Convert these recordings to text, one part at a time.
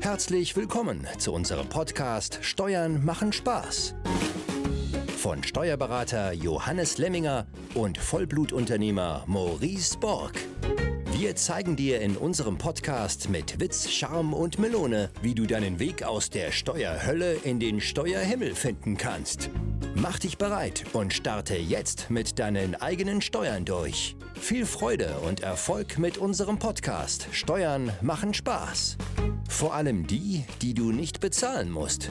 Herzlich willkommen zu unserem Podcast Steuern machen Spaß. Von Steuerberater Johannes Lemminger und Vollblutunternehmer Maurice Borg. Wir zeigen dir in unserem Podcast mit Witz, Charme und Melone, wie du deinen Weg aus der Steuerhölle in den Steuerhimmel finden kannst. Mach dich bereit und starte jetzt mit deinen eigenen Steuern durch. Viel Freude und Erfolg mit unserem Podcast Steuern machen Spaß. Vor allem die, die du nicht bezahlen musst.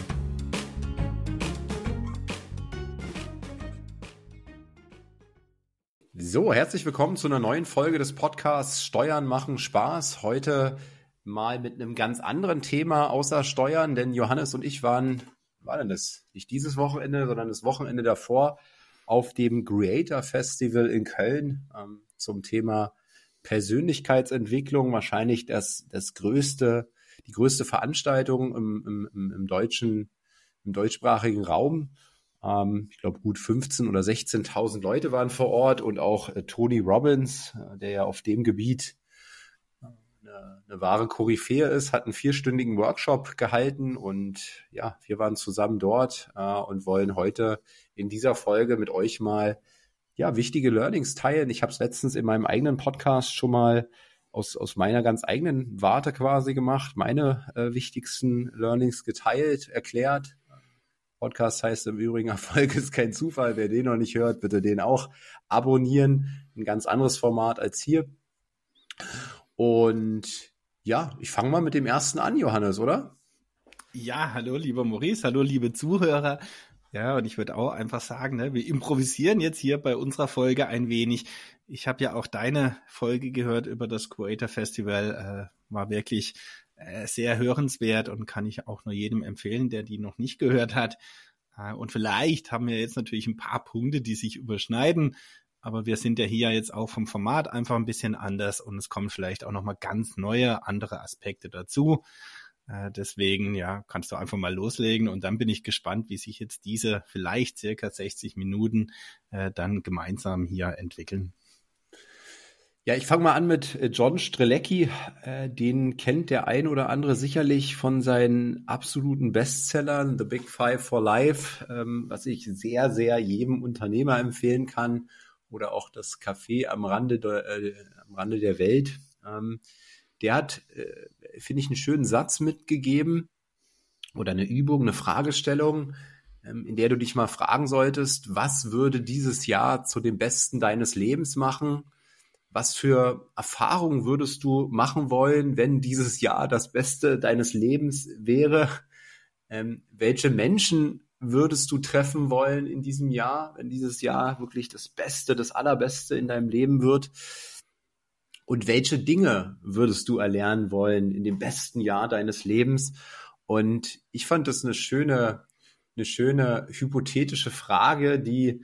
So, herzlich willkommen zu einer neuen Folge des Podcasts Steuern machen Spaß. Heute mal mit einem ganz anderen Thema außer Steuern, denn Johannes und ich waren denn das? Nicht dieses Wochenende, sondern das Wochenende davor auf dem Creator Festival in Köln zum Thema Persönlichkeitsentwicklung. Wahrscheinlich die größte Veranstaltung im deutschsprachigen Raum. Ich glaube, gut 15.000 oder 16.000 Leute waren vor Ort und auch Tony Robbins, der ja auf dem Gebiet eine wahre Koryphäe ist, hat einen 4-stündigen Workshop gehalten und ja, wir waren zusammen dort und wollen heute in dieser Folge mit euch mal wichtige Learnings teilen. Ich habe es letztens in meinem eigenen Podcast schon mal aus meiner ganz eigenen Warte quasi gemacht, meine wichtigsten Learnings geteilt, erklärt. Podcast heißt im Übrigen, Erfolg ist kein Zufall. Wer den noch nicht hört, bitte den auch abonnieren. Ein ganz anderes Format als hier. Und ja, ich fange mal mit dem ersten an, Johannes, oder? Ja, hallo lieber Maurice, hallo liebe Zuhörer. Ja, und ich würde auch einfach sagen, wir improvisieren jetzt hier bei unserer Folge ein wenig. Ich habe ja auch deine Folge gehört über das Creator Festival, war wirklich sehr hörenswert und kann ich auch nur jedem empfehlen, der die noch nicht gehört hat. Und vielleicht haben wir jetzt natürlich ein paar Punkte, die sich überschneiden, aber wir sind ja hier jetzt auch vom Format einfach ein bisschen anders und es kommen vielleicht auch nochmal ganz neue, andere Aspekte dazu. Deswegen, kannst du einfach mal loslegen und dann bin ich gespannt, wie sich jetzt diese vielleicht circa 60 Minuten dann gemeinsam hier entwickeln. Ja, ich fange mal an mit John Strelecki. Den kennt der ein oder andere sicherlich von seinen absoluten Bestsellern, The Big Five for Life, was ich sehr, sehr jedem Unternehmer empfehlen kann, oder auch das Café am Rande der Welt. Der hat, finde ich, einen schönen Satz mitgegeben oder eine Übung, eine Fragestellung, in der du dich mal fragen solltest, was würde dieses Jahr zu dem Besten deines Lebens machen? Was für Erfahrungen würdest du machen wollen, wenn dieses Jahr das Beste deines Lebens wäre? Welche Menschen würdest du treffen wollen in diesem Jahr, wenn dieses Jahr wirklich das Beste, das Allerbeste in deinem Leben wird? Und welche Dinge würdest du erlernen wollen in dem besten Jahr deines Lebens? Und ich fand das eine schöne hypothetische Frage, die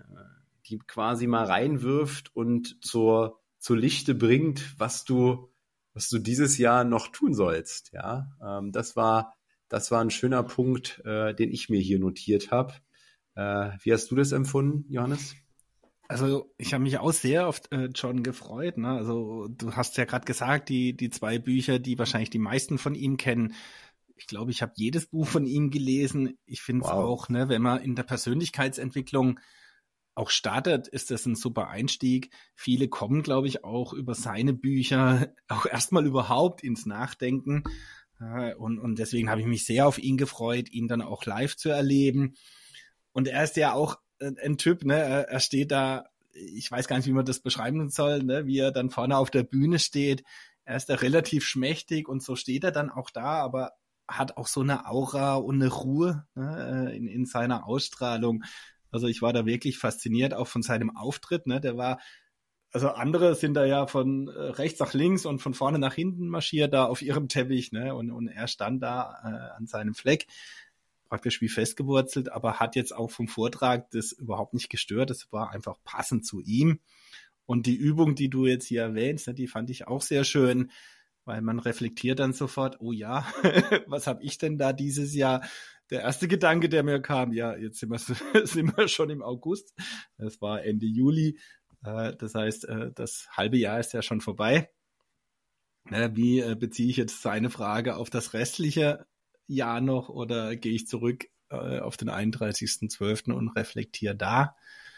quasi mal reinwirft und zur Lichte bringt, was du dieses Jahr noch tun sollst. Ja, das war ein schöner Punkt, den ich mir hier notiert habe. Wie hast du das empfunden, Johannes? Also ich habe mich auch sehr auf John gefreut. Ne? Also du hast ja gerade gesagt, die 2 Bücher, die wahrscheinlich die meisten von ihm kennen. Ich glaube, ich habe jedes Buch von ihm gelesen. Ich finde es auch, wenn man in der Persönlichkeitsentwicklung auch startet, ist das ein super Einstieg. Viele kommen, glaube ich, auch über seine Bücher auch erstmal überhaupt ins Nachdenken. Und deswegen habe ich mich sehr auf ihn gefreut, ihn dann auch live zu erleben. Und er ist ja auch ein Typ, er steht da, ich weiß gar nicht, wie man das beschreiben soll, wie er dann vorne auf der Bühne steht. Er ist da relativ schmächtig und so steht er dann auch da, aber hat auch so eine Aura und eine Ruhe in seiner Ausstrahlung. Also ich war da wirklich fasziniert, auch von seinem Auftritt. Der war, also andere sind da ja von rechts nach links und von vorne nach hinten marschiert da auf ihrem Teppich, und er stand da an seinem Fleck, praktisch wie festgewurzelt, aber hat jetzt auch vom Vortrag das überhaupt nicht gestört. Das war einfach passend zu ihm. Und die Übung, die du jetzt hier erwähnst, die fand ich auch sehr schön, weil man reflektiert dann sofort, oh ja, was habe ich denn da dieses Jahr? Der erste Gedanke, der mir kam, jetzt sind wir schon im August. Das war Ende Juli. Das heißt, das halbe Jahr ist ja schon vorbei. Wie beziehe ich jetzt seine Frage auf das restliche Jahr noch oder gehe ich zurück auf den 31.12. und reflektiere da?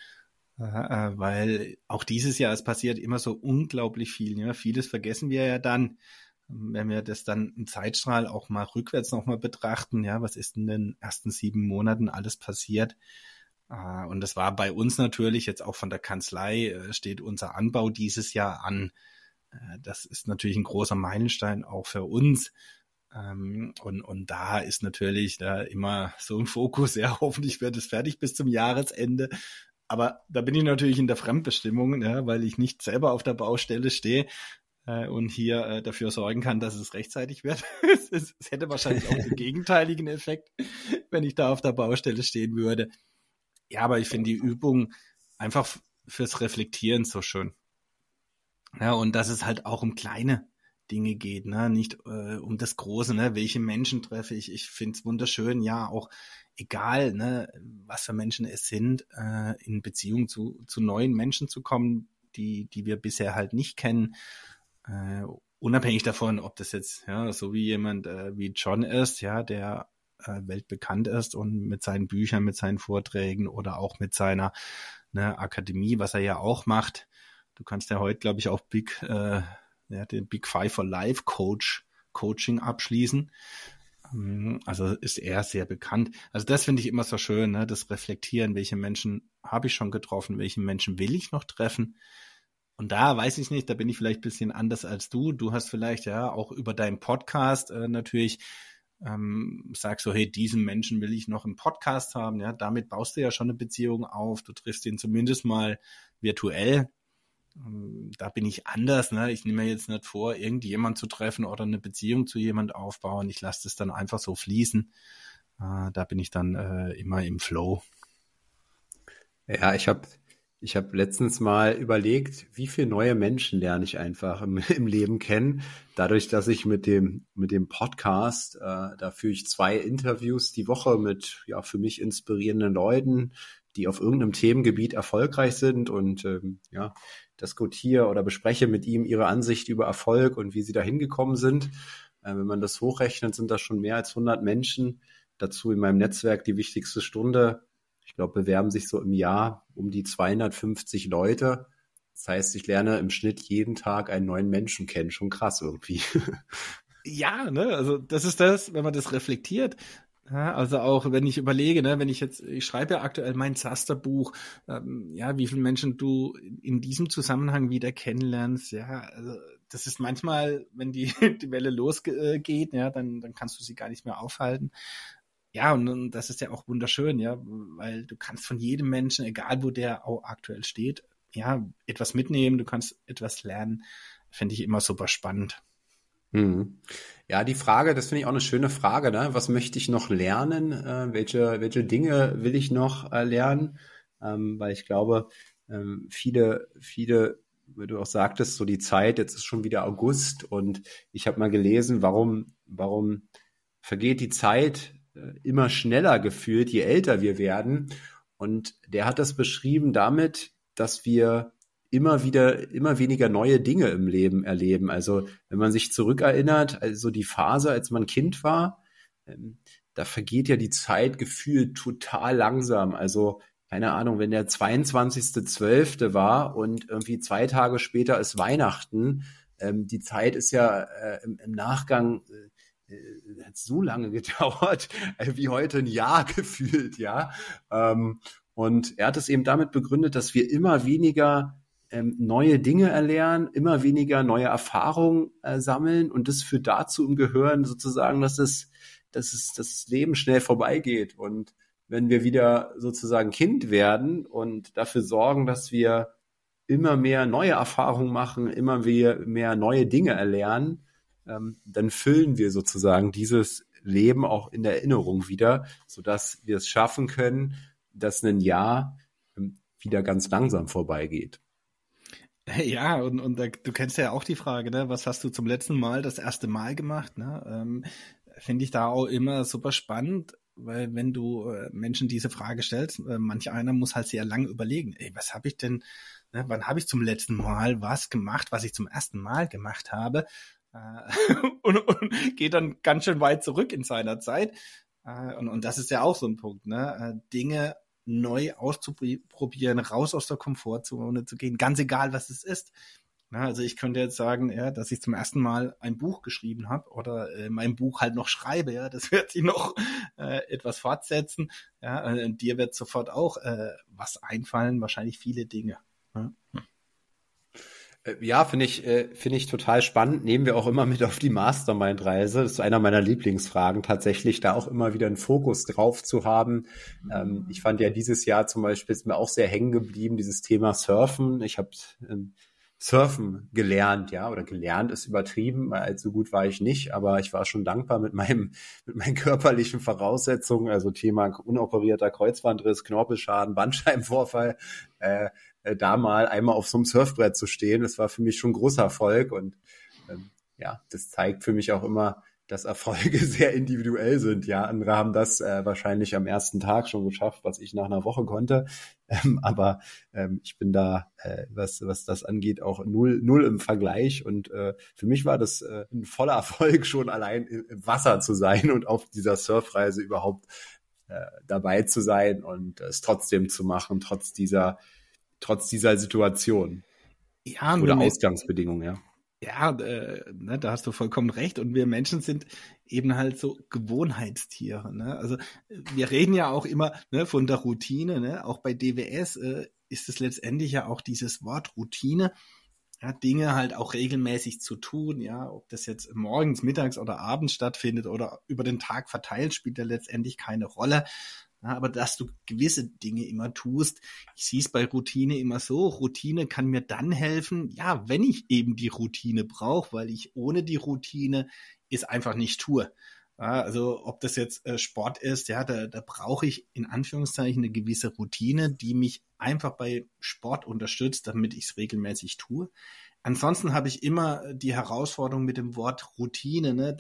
Weil auch dieses Jahr, es passiert immer so unglaublich viel. Ja? Vieles vergessen wir ja dann, wenn wir das dann im Zeitstrahl auch mal rückwärts nochmal betrachten. Ja, was ist in den ersten 7 Monaten alles passiert? Und das war bei uns natürlich jetzt auch von der Kanzlei, steht unser Anbau dieses Jahr an. Das ist natürlich ein großer Meilenstein auch für uns. Und da ist natürlich da immer so ein Fokus, ja, hoffentlich wird es fertig bis zum Jahresende. Aber da bin ich natürlich in der Fremdbestimmung, ja, weil ich nicht selber auf der Baustelle stehe und hier dafür sorgen kann, dass es rechtzeitig wird. Es hätte wahrscheinlich auch den gegenteiligen Effekt, wenn ich da auf der Baustelle stehen würde. Ja, aber ich finde die Übung einfach fürs Reflektieren so schön. Ja, und dass es halt auch um kleine Dinge geht, ne, nicht um das Große, ne, welche Menschen treffe ich. Ich finde es wunderschön, ja, auch egal, ne, was für Menschen es sind, in Beziehung zu neuen Menschen zu kommen, die wir bisher halt nicht kennen, unabhängig davon, ob das jetzt, ja, so wie jemand wie John ist, ja, der weltbekannt ist und mit seinen Büchern, mit seinen Vorträgen oder auch mit seiner Akademie, was er ja auch macht. Du kannst ja heute, glaube ich, auch den Big Five for Life Coaching abschließen. Also ist er sehr bekannt. Also das finde ich immer so schön, ne? Das Reflektieren, welche Menschen habe ich schon getroffen, welche Menschen will ich noch treffen. Und da weiß ich nicht, da bin ich vielleicht ein bisschen anders als du. Du hast vielleicht ja auch über deinen Podcast natürlich sagst so, hey, diesen Menschen will ich noch im Podcast haben. Ja, damit baust du ja schon eine Beziehung auf. Du triffst ihn zumindest mal virtuell. Da bin ich anders, ne? Ich nehme mir jetzt nicht vor, irgendjemand zu treffen oder eine Beziehung zu jemand aufbauen. Ich lasse das dann einfach so fließen. Da bin ich dann immer im Flow. Ja, ich hab letztens mal überlegt, wie viele neue Menschen lerne ich einfach im Leben kennen. Dadurch, dass ich mit dem Podcast, da führe ich 2 Interviews die Woche mit ja für mich inspirierenden Leuten, die auf irgendeinem Themengebiet erfolgreich sind und diskutiere oder bespreche mit ihm ihre Ansicht über Erfolg und wie sie da hingekommen sind. Wenn man das hochrechnet, sind das schon mehr als 100 Menschen. Dazu in meinem Netzwerk die wichtigste Stunde. Ich glaube, bewerben sich so im Jahr um die 250 Leute. Das heißt, ich lerne im Schnitt jeden Tag einen neuen Menschen kennen. Schon krass irgendwie. Ja, ne, also das ist das, wenn man das reflektiert. Ja, also auch wenn ich überlege, ne, ich schreibe ja aktuell mein Zasterbuch, wie viele Menschen du in diesem Zusammenhang wieder kennenlernst, ja, also das ist manchmal, wenn die Welle losgeht, ja, dann kannst du sie gar nicht mehr aufhalten. Ja, und das ist ja auch wunderschön, ja, weil du kannst von jedem Menschen, egal wo der auch aktuell steht, ja, etwas mitnehmen, du kannst etwas lernen, finde ich immer super spannend. Ja, die Frage, das finde ich auch eine schöne Frage, ne? Was möchte ich noch lernen? Welche Dinge will ich noch lernen? Weil ich glaube, viele, wie du auch sagtest, so die Zeit, jetzt ist schon wieder August und ich habe mal gelesen, warum vergeht die Zeit immer schneller gefühlt, je älter wir werden. Und der hat das beschrieben damit, dass wir immer weniger neue Dinge im Leben erleben. Also wenn man sich zurückerinnert, also die Phase, als man Kind war, da vergeht ja die Zeit gefühlt total langsam. Also keine Ahnung, wenn der 22.12. war und irgendwie 2 Tage später ist Weihnachten, die Zeit ist ja im Nachgang hat so lange gedauert, wie heute ein Jahr gefühlt, ja. Und er hat es eben damit begründet, dass wir immer weniger neue Dinge erlernen, immer weniger neue Erfahrungen sammeln und das führt dazu im Gehirn sozusagen, dass das Leben schnell vorbeigeht. Und wenn wir wieder sozusagen Kind werden und dafür sorgen, dass wir immer mehr neue Erfahrungen machen, immer mehr neue Dinge erlernen, dann füllen wir sozusagen dieses Leben auch in der Erinnerung wieder, sodass wir es schaffen können, dass ein Jahr wieder ganz langsam vorbeigeht. Ja, und du kennst ja auch die Frage, ne? Was hast du zum letzten Mal das erste Mal gemacht? Ne? Finde ich da auch immer super spannend, weil wenn du Menschen diese Frage stellst, manch einer muss halt sehr lang überlegen, ey, was habe ich denn, ne? Wann habe ich zum letzten Mal was gemacht, was ich zum ersten Mal gemacht habe? und geht dann ganz schön weit zurück in seiner Zeit. Und das ist ja auch so ein Punkt, ne? Dinge neu auszuprobieren, raus aus der Komfortzone zu gehen, ganz egal, was es ist. Also ich könnte jetzt sagen, ja, dass ich zum ersten Mal ein Buch geschrieben habe oder mein Buch halt noch schreibe, ja, das wird sich noch etwas fortsetzen. Ja, dir wird sofort auch was einfallen, wahrscheinlich viele Dinge. Ja. Ja, finde ich total spannend. Nehmen wir auch immer mit auf die Mastermind-Reise. Das ist einer meiner Lieblingsfragen, tatsächlich da auch immer wieder einen Fokus drauf zu haben. Ich fand ja dieses Jahr zum Beispiel, ist mir auch sehr hängen geblieben, dieses Thema Surfen. Ich habe Surfen gelernt, ja, oder gelernt ist übertrieben, weil allzu gut war ich nicht, aber ich war schon dankbar mit meinen körperlichen Voraussetzungen, also Thema unoperierter Kreuzbandriss, Knorpelschaden, Bandscheibenvorfall, da mal einmal auf so einem Surfbrett zu stehen, das war für mich schon ein großer Erfolg und ja, das zeigt für mich auch immer, dass Erfolge sehr individuell sind. Ja, andere haben das wahrscheinlich am ersten Tag schon geschafft, was ich nach einer Woche konnte. Aber ich bin da, was das angeht, auch null im Vergleich. Und für mich war das ein voller Erfolg, schon allein im Wasser zu sein und auf dieser Surfreise überhaupt dabei zu sein und es trotzdem zu machen, trotz dieser Situation. Ja, oder Ausgangsbedingungen, ja. Ja, ne, da hast du vollkommen recht. Und wir Menschen sind eben halt so Gewohnheitstiere. Ne? Also wir reden ja auch immer von der Routine. Ne? Auch bei DWS ist es letztendlich ja auch dieses Wort Routine. Ja, Dinge halt auch regelmäßig zu tun. Ja, ob das jetzt morgens, mittags oder abends stattfindet oder über den Tag verteilt, spielt ja letztendlich keine Rolle. Ja, aber dass du gewisse Dinge immer tust, ich sehe es bei Routine immer so, Routine kann mir dann helfen, ja, wenn ich eben die Routine brauche, weil ich ohne die Routine es einfach nicht tue. Ja, also ob das jetzt Sport ist, ja, da brauche ich in Anführungszeichen eine gewisse Routine, die mich einfach bei Sport unterstützt, damit ich es regelmäßig tue. Ansonsten habe ich immer die Herausforderung mit dem Wort Routine. Ne?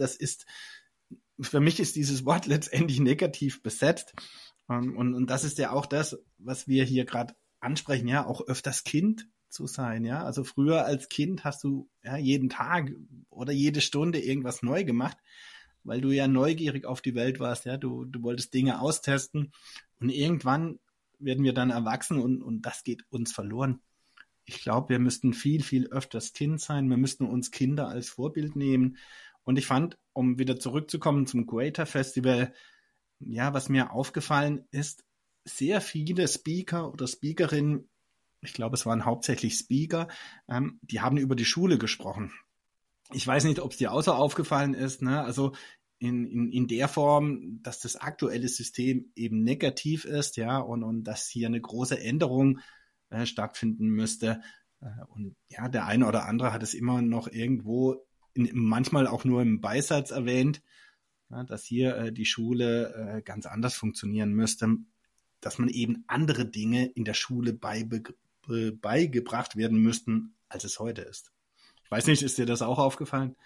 Für mich ist dieses Wort letztendlich negativ besetzt. Und das ist ja auch das, was wir hier gerade ansprechen, ja, auch öfters Kind zu sein, ja. Also früher als Kind hast du ja jeden Tag oder jede Stunde irgendwas neu gemacht, weil du ja neugierig auf die Welt warst, ja. Du wolltest Dinge austesten und irgendwann werden wir dann erwachsen und das geht uns verloren. Ich glaube, wir müssten viel, viel öfters Kind sein. Wir müssten uns Kinder als Vorbild nehmen. Und ich fand, um wieder zurückzukommen zum Greater Festival, ja, was mir aufgefallen ist, sehr viele Speaker oder Speakerinnen, ich glaube, es waren hauptsächlich Speaker, die haben über die Schule gesprochen. Ich weiß nicht, ob es dir auch so aufgefallen ist, ne? Also in der Form, dass das aktuelle System eben negativ ist, ja, und dass hier eine große Änderung stattfinden müsste. Und ja, der eine oder andere hat es immer noch irgendwo, manchmal auch nur im Beisatz erwähnt, dass hier die Schule ganz anders funktionieren müsste, dass man eben andere Dinge in der Schule beigebracht werden müssten, als es heute ist. Ich weiß nicht, ist dir das auch aufgefallen?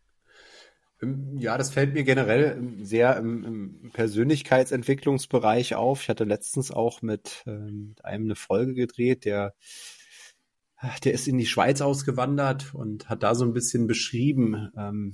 Ja, das fällt mir generell sehr im Persönlichkeitsentwicklungsbereich auf. Ich hatte letztens auch mit einem eine Folge gedreht, der ist in die Schweiz ausgewandert und hat da so ein bisschen beschrieben,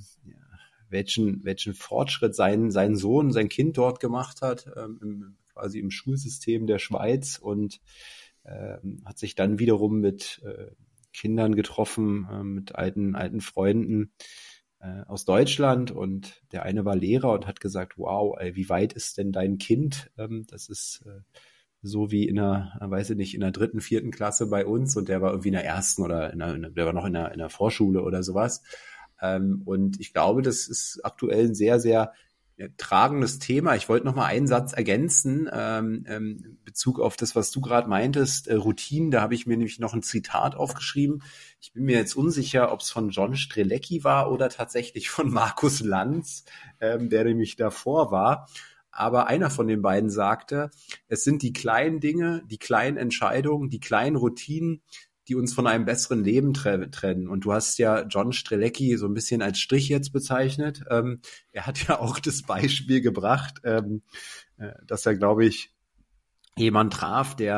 welchen Fortschritt sein Sohn, sein Kind dort gemacht hat, quasi im Schulsystem der Schweiz und hat sich dann wiederum mit Kindern getroffen, mit alten Freunden aus Deutschland und der eine war Lehrer und hat gesagt, wow, wie weit ist denn dein Kind? Das ist so wie in der 3., 4. Klasse bei uns und der war irgendwie in der 1. oder der war noch in der Vorschule oder sowas. Und ich glaube, das ist aktuell ein sehr, sehr tragendes Thema. Ich wollte noch mal einen Satz ergänzen, in Bezug auf das, was du gerade meintest, Routinen. Da habe ich mir nämlich noch ein Zitat aufgeschrieben. Ich bin mir jetzt unsicher, ob es von John Strelecki war oder tatsächlich von Markus Lanz, der nämlich davor war. Aber einer von den beiden sagte, es sind die kleinen Dinge, die kleinen Entscheidungen, die kleinen Routinen, die uns von einem besseren Leben trennen. Und du hast ja John Strelecki so ein bisschen als Strich jetzt bezeichnet. Er hat ja auch das Beispiel gebracht, dass er, glaube ich, jemand traf, der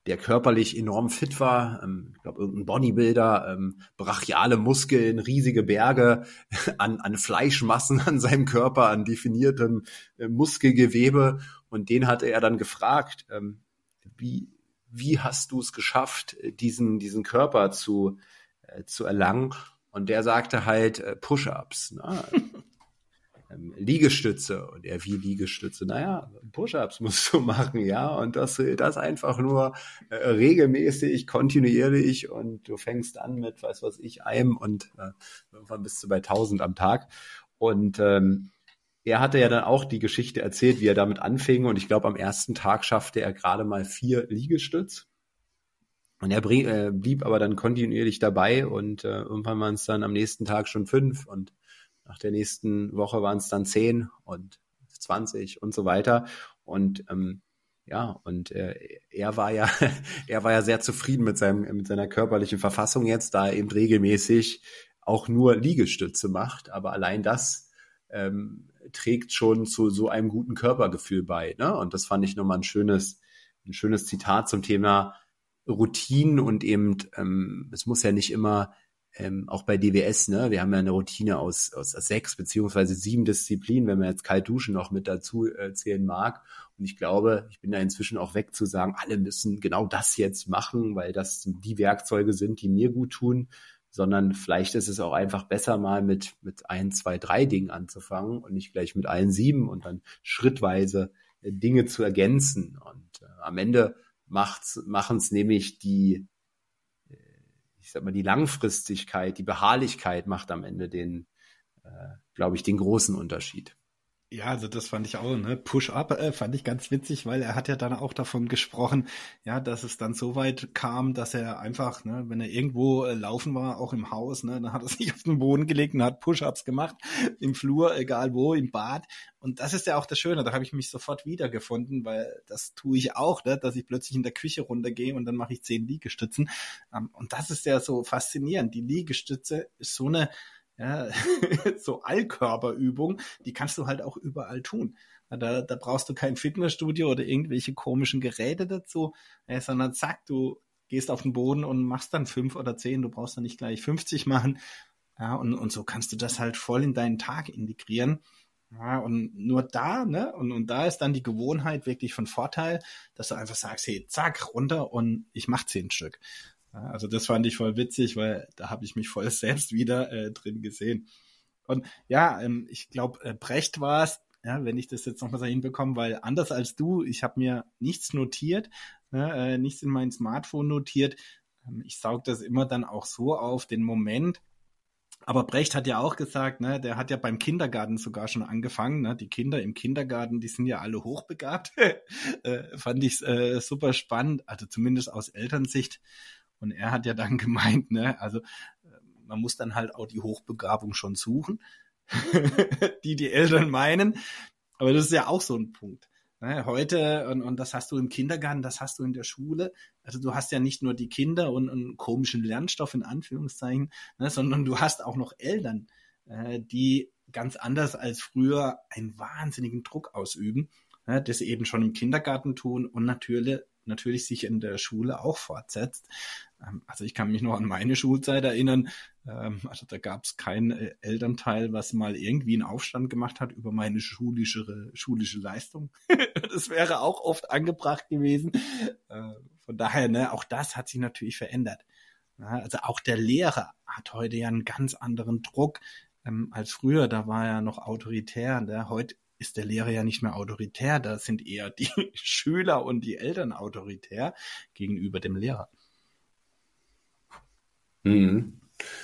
der körperlich enorm fit war, ich glaube irgendein Bodybuilder, brachiale Muskeln, riesige Berge an Fleischmassen an seinem Körper, an definiertem Muskelgewebe. Und den hatte er dann gefragt, wie hast du es geschafft, diesen Körper zu erlangen? Und der sagte halt Push-ups, ne? Liegestütze. Und er, wie Liegestütze? Naja, Push-ups musst du machen, ja. Und das einfach nur regelmäßig, kontinuierlich. Und du fängst an mit, weiß was ich, einem und irgendwann bist du bei 1000 am Tag. Und er hatte ja dann auch die Geschichte erzählt, wie er damit anfing. Und ich glaube, am ersten Tag schaffte er gerade mal 4 Liegestütz. Und er blieb aber dann kontinuierlich dabei. Und irgendwann waren es dann am nächsten Tag schon 5. Und nach der nächsten Woche waren es dann 10 und 20 und so weiter. Und er war ja sehr zufrieden mit seiner körperlichen Verfassung jetzt, da er eben regelmäßig auch nur Liegestütze macht. Aber allein das trägt schon zu so einem guten Körpergefühl bei, ne? Und das fand ich nochmal ein schönes Zitat zum Thema Routinen und eben, es muss ja nicht immer auch bei DWS, ne, wir haben ja eine Routine aus 6 beziehungsweise 7 Disziplinen, wenn man jetzt kalt duschen noch mit dazu zählen mag. Und ich glaube, ich bin da inzwischen auch weg zu sagen, alle müssen genau das jetzt machen, weil das die Werkzeuge sind, die mir gut tun, sondern vielleicht ist es auch einfach besser, mal mit 1, 2, 3 Dingen anzufangen und nicht gleich mit allen 7 und dann schrittweise Dinge zu ergänzen. Und am Ende machen es nämlich die Langfristigkeit, die Beharrlichkeit macht am Ende glaube ich, den großen Unterschied. Ja, also das fand ich auch, ne? Push-up fand ich ganz witzig, weil er hat ja dann auch davon gesprochen, ja, dass es dann so weit kam, dass er einfach, ne, wenn er irgendwo laufen war, auch im Haus, ne, dann hat er sich auf den Boden gelegt und hat Push-ups gemacht, im Flur, egal wo, im Bad. Und das ist ja auch das Schöne, da habe ich mich sofort wiedergefunden, weil das tue ich auch, ne, dass ich plötzlich in der Küche runtergehe und dann mache ich 10 Liegestützen. Und das ist ja so faszinierend. Die Liegestütze ist so eine so Allkörperübung, die kannst du halt auch überall tun. Da brauchst du kein Fitnessstudio oder irgendwelche komischen Geräte dazu, sondern zack, du gehst auf den Boden und machst dann 5 oder 10, du brauchst dann nicht gleich 50 machen. Ja, und so kannst du das halt voll in deinen Tag integrieren. Ja, und nur da, ne, und da ist dann die Gewohnheit wirklich von Vorteil, dass du einfach sagst, hey, zack, runter und ich mach 10 Stück. Also das fand ich voll witzig, weil da habe ich mich voll selbst wieder drin gesehen. Und ja, ich glaube, Brecht war es, ja, wenn ich das jetzt nochmal so hinbekomme, weil anders als du, ich habe mir nichts notiert, ne, nichts in mein Smartphone notiert. Ich saug das immer dann auch so auf den Moment. Aber Brecht hat ja auch gesagt, ne, der hat ja beim Kindergarten sogar schon angefangen. Ne, die Kinder im Kindergarten, die sind ja alle hochbegabt. Fand ich super spannend, also zumindest aus Elternsicht. Und er hat ja dann gemeint, ne, also man muss dann halt auch die Hochbegabung schon suchen, die Eltern meinen. Aber das ist ja auch so ein Punkt. Ne? Heute, und das hast du im Kindergarten, das hast du in der Schule. Also du hast ja nicht nur die Kinder und komischen Lernstoff in Anführungszeichen, ne, sondern du hast auch noch Eltern, die ganz anders als früher einen wahnsinnigen Druck ausüben, ne, das eben schon im Kindergarten tun und natürlich sich in der Schule auch fortsetzt. Also ich kann mich noch an meine Schulzeit erinnern, also da gab es kein Elternteil, was mal irgendwie einen Aufstand gemacht hat über meine schulische Leistung. Das wäre auch oft angebracht gewesen. Von daher, ne, auch das hat sich natürlich verändert. Also auch der Lehrer hat heute ja einen ganz anderen Druck als früher. Da war er noch autoritär. Ne? Heute ist der Lehrer ja nicht mehr autoritär, da sind eher die Schüler und die Eltern autoritär gegenüber dem Lehrer. Mhm.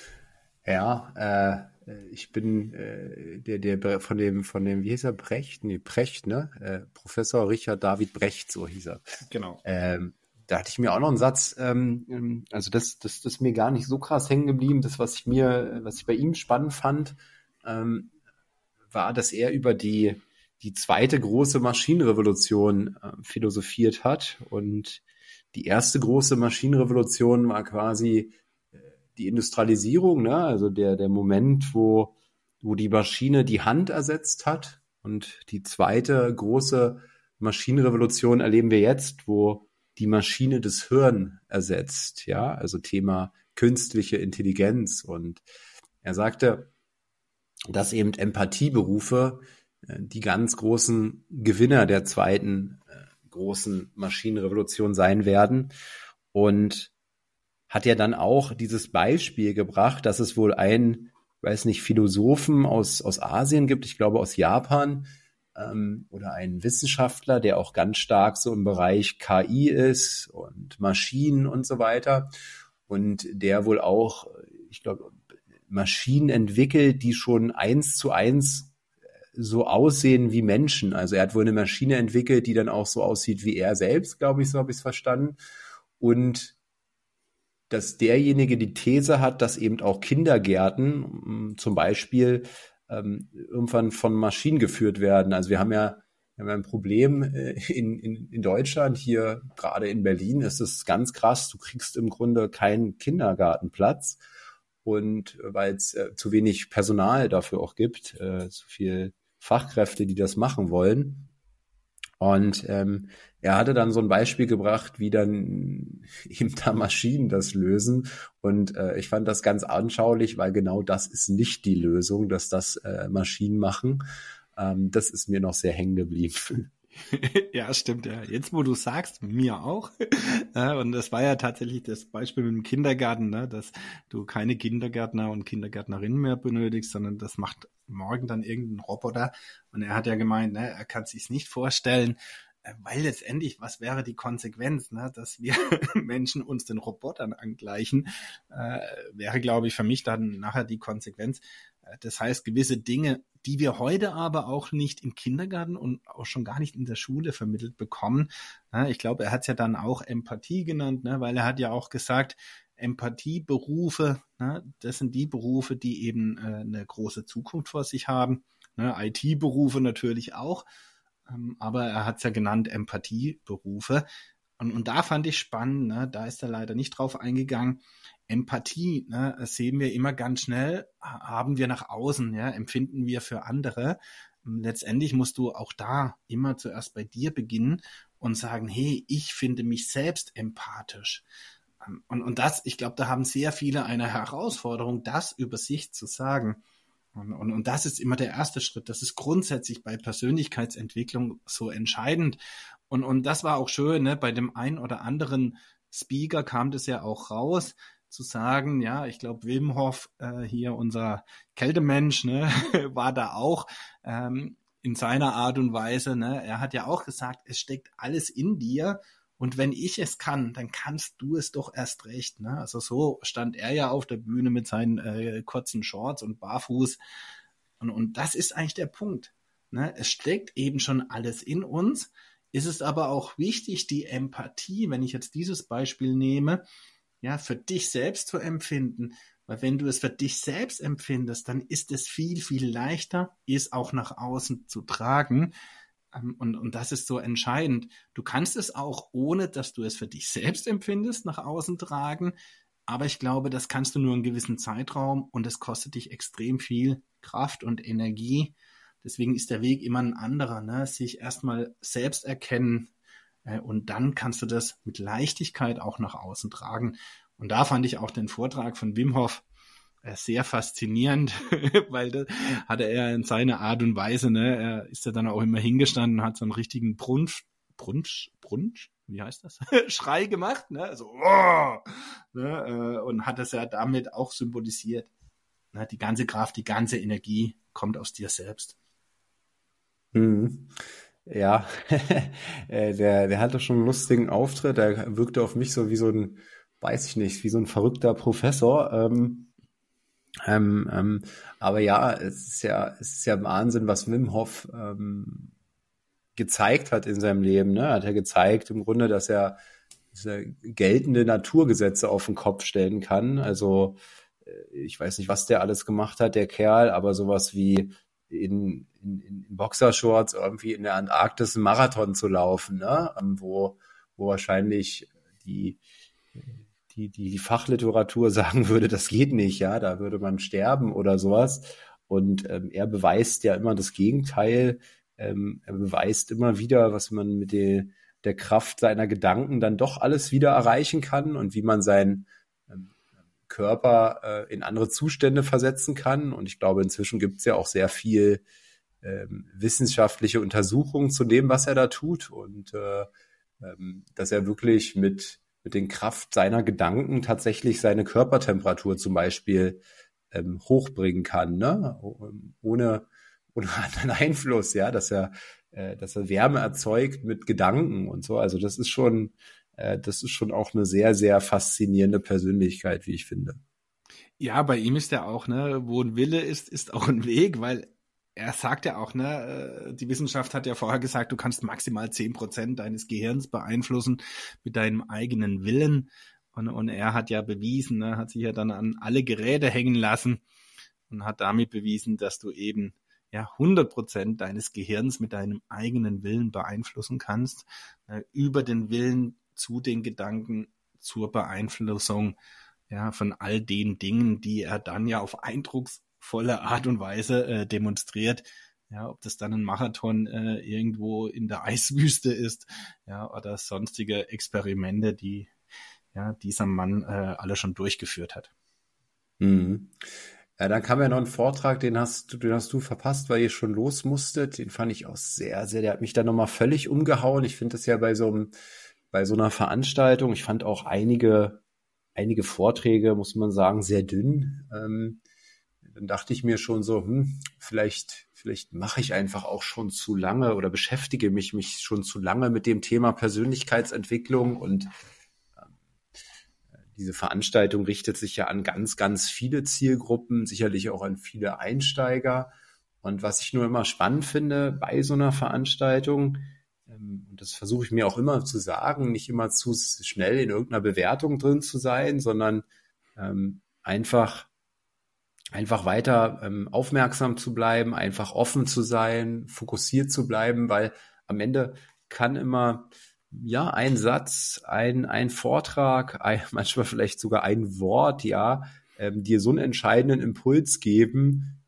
Ja, ich bin der von dem, wie hieß er, Brecht? Nee, Precht, ne? Professor Richard David Brecht, so hieß er. Genau. Da hatte ich mir auch noch einen Satz, also das ist mir gar nicht so krass hängen geblieben. Das, was ich bei ihm spannend fand, war, dass er über die zweite große Maschinenrevolution philosophiert hat. Und die erste große Maschinenrevolution war quasi die Industrialisierung, ne? Also der Moment, wo die Maschine die Hand ersetzt hat. Und die zweite große Maschinenrevolution erleben wir jetzt, wo die Maschine das Hirn ersetzt, ja, also Thema künstliche Intelligenz. Und er sagte, dass eben Empathieberufe die ganz großen Gewinner der zweiten großen Maschinenrevolution sein werden. Und hat ja dann auch dieses Beispiel gebracht, dass es wohl einen, weiß nicht, Philosophen aus Asien gibt, ich glaube aus Japan, oder einen Wissenschaftler, der auch ganz stark so im Bereich KI ist und Maschinen und so weiter. Und der wohl auch, ich glaube, Maschinen entwickelt, die schon 1:1 so aussehen wie Menschen. Also er hat wohl eine Maschine entwickelt, die dann auch so aussieht wie er selbst, glaube ich, so habe ich es verstanden. Und dass derjenige die These hat, dass eben auch Kindergärten zum Beispiel irgendwann von Maschinen geführt werden. Also wir haben ja ein Problem in Deutschland, hier gerade in Berlin ist es ganz krass, du kriegst im Grunde keinen Kindergartenplatz. Und weil es zu wenig Personal dafür auch gibt, zu viel Fachkräfte, die das machen wollen. Und er hatte dann so ein Beispiel gebracht, wie dann eben da Maschinen das lösen. Und ich fand das ganz anschaulich, weil genau das ist nicht die Lösung, dass das Maschinen machen. Das ist mir noch sehr hängen geblieben. Ja, stimmt, ja. Jetzt, wo du sagst, mir auch. Und das war ja tatsächlich das Beispiel mit dem Kindergarten, ne, dass du keine Kindergärtner und Kindergärtnerinnen mehr benötigst, sondern das macht morgen dann irgendein Roboter. Und er hat ja gemeint, ne, er kann es sich nicht vorstellen, weil letztendlich, was wäre die Konsequenz, ne, dass wir Menschen uns den Robotern angleichen, wäre, glaube ich, für mich dann nachher die Konsequenz. Das heißt, gewisse Dinge, die wir heute aber auch nicht im Kindergarten und auch schon gar nicht in der Schule vermittelt bekommen. Ich glaube, er hat es ja dann auch Empathie genannt, ne, weil er hat ja auch gesagt, Empathieberufe, ne, das sind die Berufe, die eben eine große Zukunft vor sich haben. Ne, IT-Berufe natürlich auch, aber er hat es ja genannt, Empathieberufe. Und da fand ich spannend, ne, da ist er leider nicht drauf eingegangen. Empathie, ne, sehen wir immer ganz schnell, haben wir nach außen, ja, empfinden wir für andere. Letztendlich musst du auch da immer zuerst bei dir beginnen und sagen, hey, ich finde mich selbst empathisch. Und das, ich glaube, da haben sehr viele eine Herausforderung, das über sich zu sagen. Und das ist immer der erste Schritt. Das ist grundsätzlich bei Persönlichkeitsentwicklung so entscheidend. Und das war auch schön, ne, bei dem einen oder anderen Speaker kam das ja auch raus, zu sagen, ja, ich glaube, Wim Hof, hier unser Kältemensch, ne, war da auch in seiner Art und Weise, ne, er hat ja auch gesagt, es steckt alles in dir und wenn ich es kann, dann kannst du es doch erst recht, ne, also so stand er ja auf der Bühne mit seinen kurzen Shorts und barfuß und das ist eigentlich der Punkt, ne, es steckt eben schon alles in uns, ist es aber auch wichtig, die Empathie, wenn ich jetzt dieses Beispiel nehme, ja, für dich selbst zu empfinden. Weil wenn du es für dich selbst empfindest, dann ist es viel, viel leichter, es auch nach außen zu tragen. Und das ist so entscheidend. Du kannst es auch, ohne dass du es für dich selbst empfindest, nach außen tragen. Aber ich glaube, das kannst du nur einen gewissen Zeitraum und es kostet dich extrem viel Kraft und Energie. Deswegen ist der Weg immer ein anderer, ne? Sich erstmal selbst erkennen, und dann kannst du das mit Leichtigkeit auch nach außen tragen. Und da fand ich auch den Vortrag von Wim Hof sehr faszinierend, weil das hatte er in seiner Art und Weise, ne, er ist ja dann auch immer hingestanden, hat so einen richtigen Brunsch, wie heißt das? Schrei gemacht, ne, also, ne, und hat das ja damit auch symbolisiert. Ne, die ganze Kraft, die ganze Energie kommt aus dir selbst. Mhm. Ja, der hatte schon einen lustigen Auftritt. Der wirkte auf mich so wie so ein, weiß ich nicht, wie so ein verrückter Professor. Aber ja, es ist ja Wahnsinn, was Wim Hof gezeigt hat in seinem Leben. Ne? Hat er gezeigt im Grunde, dass er geltende Naturgesetze auf den Kopf stellen kann. Also ich weiß nicht, was der alles gemacht hat, der Kerl, aber sowas wie in Boxershorts irgendwie in der Antarktis einen Marathon zu laufen, ne? Wo wahrscheinlich die Fachliteratur sagen würde, das geht nicht, ja, da würde man sterben oder sowas. Und er beweist ja immer das Gegenteil. Er beweist immer wieder, was man mit der Kraft seiner Gedanken dann doch alles wieder erreichen kann und wie man seinen Körper in andere Zustände versetzen kann. Und ich glaube, inzwischen gibt es ja auch sehr viel wissenschaftliche Untersuchungen zu dem, was er da tut und dass er wirklich mit den Kraft seiner Gedanken tatsächlich seine Körpertemperatur zum Beispiel hochbringen kann, ne? Ohne anderen Einfluss, ja, dass er Wärme erzeugt mit Gedanken und so. Also das ist schon auch eine sehr, sehr faszinierende Persönlichkeit, wie ich finde. Ja, bei ihm ist ja auch, ne, wo ein Wille ist auch ein Weg, weil er sagt ja auch, ne, die Wissenschaft hat ja vorher gesagt, du kannst maximal 10% deines Gehirns beeinflussen mit deinem eigenen Willen. Und er hat ja bewiesen, ne, hat sich ja dann an alle Geräte hängen lassen und hat damit bewiesen, dass du eben 100% deines Gehirns mit deinem eigenen Willen beeinflussen kannst, über den Willen zu den Gedanken zur Beeinflussung von all den Dingen, die er dann ja auf eindrucksvolle Art und Weise demonstriert. Ja, ob das dann ein Marathon irgendwo in der Eiswüste ist, oder sonstige Experimente, die dieser Mann alle schon durchgeführt hat. Mhm. Ja, dann kam ja noch ein Vortrag, den hast du verpasst, weil ihr schon los musstet. Den fand ich auch sehr, sehr, der hat mich dann nochmal völlig umgehauen. Ich finde das ja bei so einer Veranstaltung, ich fand auch einige Vorträge, muss man sagen, sehr dünn. Dann dachte ich mir schon so, vielleicht mache ich einfach auch schon zu lange oder beschäftige mich schon zu lange mit dem Thema Persönlichkeitsentwicklung und diese Veranstaltung richtet sich ja an ganz, ganz viele Zielgruppen, sicherlich auch an viele Einsteiger. Und was ich nur immer spannend finde bei so einer Veranstaltung, und das versuche ich mir auch immer zu sagen, nicht immer zu schnell in irgendeiner Bewertung drin zu sein, sondern einfach weiter aufmerksam zu bleiben, einfach offen zu sein, fokussiert zu bleiben, weil am Ende kann immer ein Satz, ein Vortrag, manchmal vielleicht sogar ein Wort, dir so einen entscheidenden Impuls geben,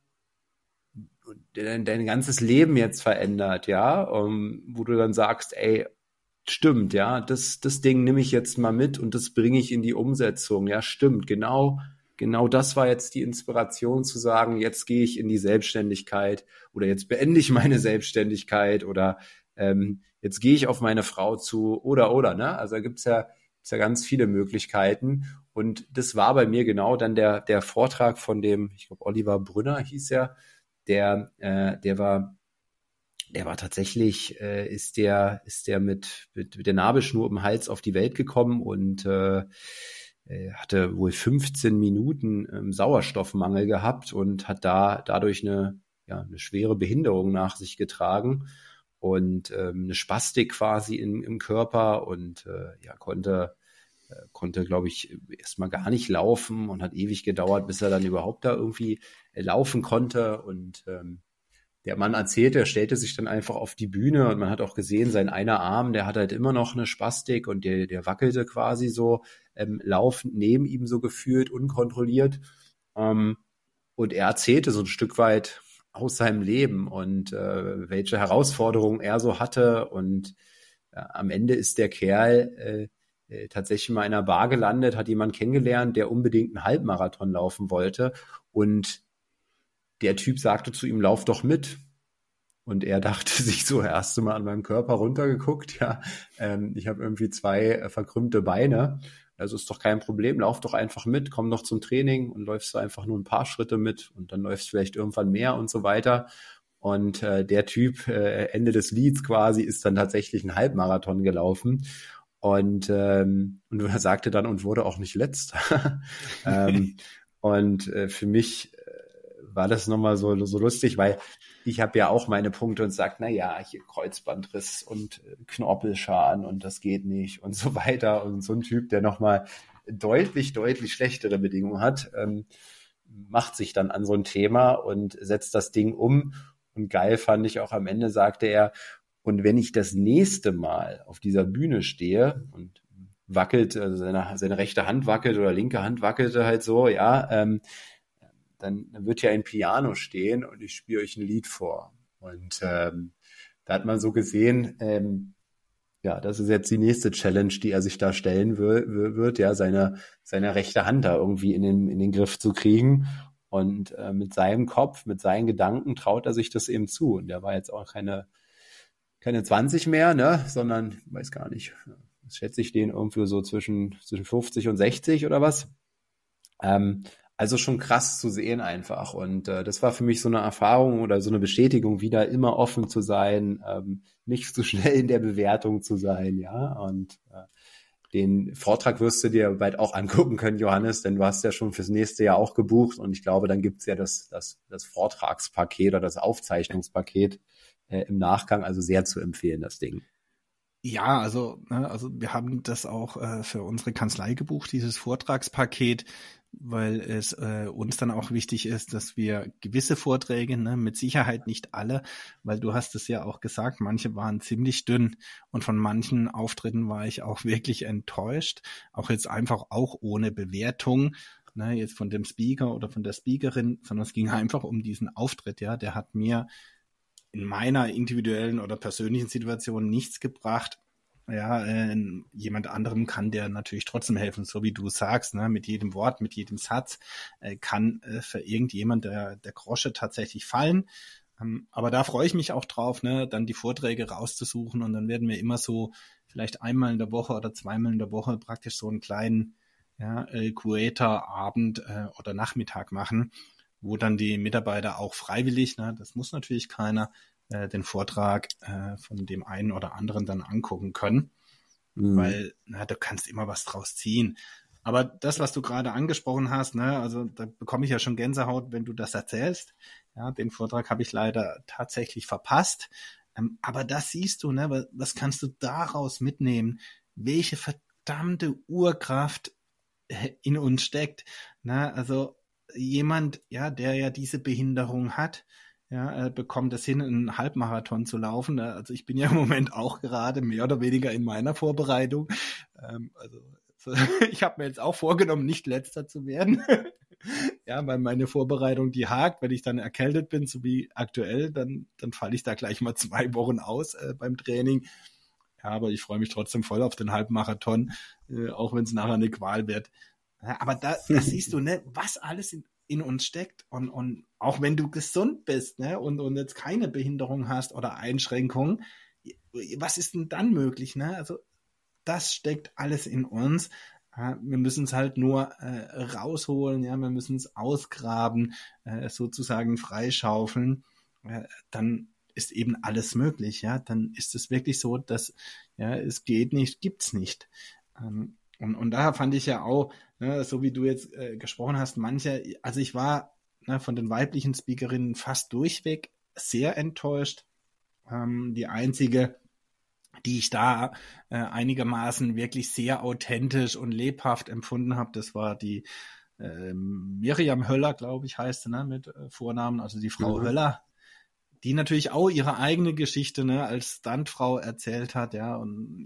der dein ganzes Leben jetzt verändert, wo du dann sagst, ey, stimmt, das Ding nehme ich jetzt mal mit und das bringe ich in die Umsetzung, stimmt, genau das war jetzt die Inspiration zu sagen, jetzt gehe ich in die Selbstständigkeit oder jetzt beende ich meine Selbstständigkeit oder jetzt gehe ich auf meine Frau zu oder, ne? Also da gibt's ja ganz viele Möglichkeiten. Und das war bei mir genau dann der Vortrag von dem, ich glaube, Oliver Brünner hieß er, der war tatsächlich, ist der mit der Nabelschnur um den Hals auf die Welt gekommen und hatte wohl 15 Minuten Sauerstoffmangel gehabt und hat dadurch eine schwere Behinderung nach sich getragen. Und eine Spastik quasi im Körper und konnte, glaube ich, erstmal gar nicht laufen und hat ewig gedauert, bis er dann überhaupt da irgendwie laufen konnte. Und der Mann er stellte sich dann einfach auf die Bühne und man hat auch gesehen, sein einer Arm, der hat halt immer noch eine Spastik und der wackelte quasi so laufend neben ihm so gefühlt, unkontrolliert. Und er erzählte so ein Stück weit aus seinem Leben und welche Herausforderungen er so hatte. Und am Ende ist der Kerl tatsächlich mal in einer Bar gelandet, hat jemanden kennengelernt, der unbedingt einen Halbmarathon laufen wollte. Und der Typ sagte zu ihm, lauf doch mit. Und er dachte sich so, erst mal an meinem Körper runtergeguckt, ich habe irgendwie 2 verkrümmte Beine. Also ist doch kein Problem, lauf doch einfach mit, komm doch zum Training und läufst du einfach nur ein paar Schritte mit und dann läufst du vielleicht irgendwann mehr und so weiter. Und der Typ, Ende des Lieds quasi, ist dann tatsächlich einen Halbmarathon gelaufen und er sagte dann und wurde auch nicht Letzter. Und für mich war das nochmal so lustig, weil ich habe ja auch meine Punkte und sage, hier Kreuzbandriss und Knorpelschaden und das geht nicht und so weiter. Und so ein Typ, der nochmal deutlich, deutlich schlechtere Bedingungen hat, macht sich dann an so ein Thema und setzt das Ding um. Und geil fand ich auch am Ende, sagte er, und wenn ich das nächste Mal auf dieser Bühne stehe und wackelt, also seine rechte Hand wackelt oder linke Hand wackelte halt so, dann wird ja ein Piano stehen und ich spiele euch ein Lied vor. Und da hat man so gesehen, Ja, das ist jetzt die nächste Challenge, die er sich da stellen wird, ja, seine rechte Hand da irgendwie in den Griff zu kriegen. Und mit seinem Kopf, mit seinen Gedanken traut er sich das eben zu. Und der war jetzt auch keine 20 mehr, ne, sondern, weiß gar nicht, schätze ich den irgendwie so zwischen 50 und 60 oder was. Also schon krass zu sehen einfach. Und das war für mich so eine Erfahrung oder so eine Bestätigung, wieder immer offen zu sein, nicht zu schnell in der Bewertung zu sein, ja. Und den Vortrag wirst du dir bald auch angucken können, Johannes, denn du hast ja schon fürs nächste Jahr auch gebucht. Und ich glaube, dann gibt's ja das Vortragspaket oder das Aufzeichnungspaket im Nachgang. Also sehr zu empfehlen, das Ding. Ja, also wir haben das auch für unsere Kanzlei gebucht, dieses Vortragspaket, weil es uns dann auch wichtig ist, dass wir gewisse Vorträge, ne, mit Sicherheit nicht alle, weil du hast es ja auch gesagt, manche waren ziemlich dünn und von manchen Auftritten war ich auch wirklich enttäuscht, auch jetzt einfach auch ohne Bewertung, ne, jetzt von dem Speaker oder von der Speakerin, sondern es ging einfach um diesen Auftritt, ja, der hat mir in meiner individuellen oder persönlichen Situation nichts gebracht. Ja, jemand anderem kann der natürlich trotzdem helfen, so wie du sagst, ne, mit jedem Wort, mit jedem Satz kann für irgendjemand der Groschen tatsächlich fallen. Aber da freue ich mich auch drauf, ne, dann die Vorträge rauszusuchen und dann werden wir immer so vielleicht einmal in der Woche oder zweimal in der Woche praktisch so einen kleinen Creator-Abend oder Nachmittag machen, wo dann die Mitarbeiter auch freiwillig, ne, das muss natürlich keiner, den Vortrag von dem einen oder anderen dann angucken können, weil du kannst immer was draus ziehen. Aber das, was du gerade angesprochen hast, ne, also da bekomme ich ja schon Gänsehaut, wenn du das erzählst. Ja, den Vortrag habe ich leider tatsächlich verpasst. Aber das siehst du, ne, was kannst du daraus mitnehmen? Welche verdammte Urkraft in uns steckt. Ne? Also jemand, ja, der ja diese Behinderung hat, ja, bekommt es hin, einen Halbmarathon zu laufen. Also ich bin ja im Moment auch gerade mehr oder weniger in meiner Vorbereitung. Ich habe mir jetzt auch vorgenommen, nicht Letzter zu werden. Ja, weil meine Vorbereitung, die hakt, wenn ich dann erkältet bin, so wie aktuell, dann falle ich da gleich mal 2 Wochen aus beim Training. Ja, aber ich freue mich trotzdem voll auf den Halbmarathon, auch wenn es nachher eine Qual wird. Ja, aber da siehst du, ne, was alles in uns steckt und auch wenn du gesund bist, ne, und jetzt keine Behinderung hast oder Einschränkungen, was ist denn dann möglich, ne? Also das steckt alles in uns. Wir müssen es halt nur rausholen, ja, wir müssen es ausgraben, sozusagen freischaufeln. Dann ist eben alles möglich, ja. Dann ist es wirklich so, dass ja es geht nicht, gibt's nicht. Und daher fand ich ja auch, ne, so wie du jetzt gesprochen hast, also ich war von den weiblichen Speakerinnen fast durchweg sehr enttäuscht. Die einzige, die ich da einigermaßen wirklich sehr authentisch und lebhaft empfunden habe, das war die Miriam Höller, glaube ich, heißt sie, ne, mit Vornamen, also die Frau Höller, die natürlich auch ihre eigene Geschichte, ne, als Stuntfrau erzählt hat, ja, und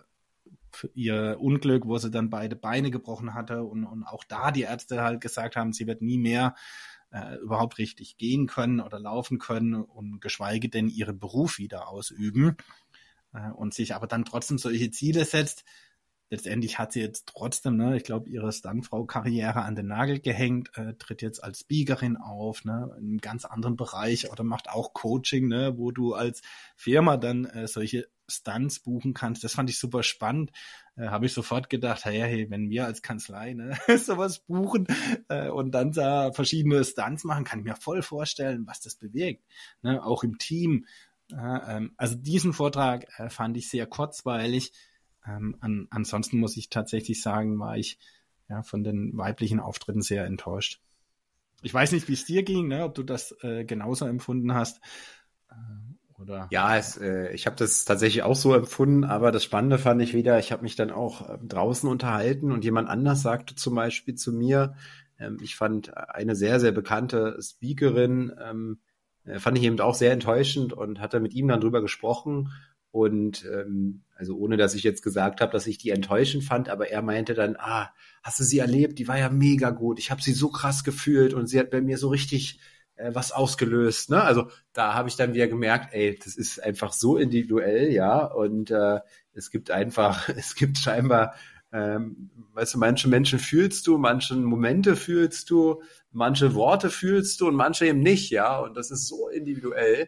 ihr Unglück, wo sie dann beide Beine gebrochen hatte und auch da die Ärzte halt gesagt haben, sie wird nie mehr überhaupt richtig gehen können oder laufen können und geschweige denn ihren Beruf wieder ausüben und sich aber dann trotzdem solche Ziele setzt. Letztendlich hat sie jetzt trotzdem, ne, ich glaube, ihre Stuntfrau-Karriere an den Nagel gehängt, tritt jetzt als Speakerin auf, ne, in einem ganz anderen Bereich oder macht auch Coaching, ne, wo du als Firma dann solche Stunts buchen kannst. Das fand ich super spannend. Habe ich sofort gedacht, hey, wenn wir als Kanzlei, ne, sowas buchen und dann da verschiedene Stunts machen, kann ich mir voll vorstellen, was das bewegt, ne, auch im Team. Also diesen Vortrag fand ich sehr kurzweilig. Ansonsten muss ich tatsächlich sagen, war ich ja von den weiblichen Auftritten sehr enttäuscht. Ich weiß nicht, wie es dir ging, ne, ob du das genauso empfunden hast. Oder? Ja, ich habe das tatsächlich auch so empfunden, aber das Spannende fand ich wieder, ich habe mich dann auch draußen unterhalten und jemand anders sagte zum Beispiel zu mir, ich fand eine sehr, sehr bekannte Speakerin, fand ich eben auch sehr enttäuschend und hatte mit ihm dann drüber gesprochen. Und also ohne, dass ich jetzt gesagt habe, dass ich die enttäuschend fand, aber er meinte dann, hast du sie erlebt? Die war ja mega gut. Ich habe sie so krass gefühlt und sie hat bei mir so richtig was ausgelöst. Ne? Also da habe ich dann wieder gemerkt, ey, das ist einfach so individuell, ja. Und es gibt scheinbar, weißt du, manche Menschen fühlst du, manche Momente fühlst du, manche Worte fühlst du und manche eben nicht, ja. Und das ist so individuell.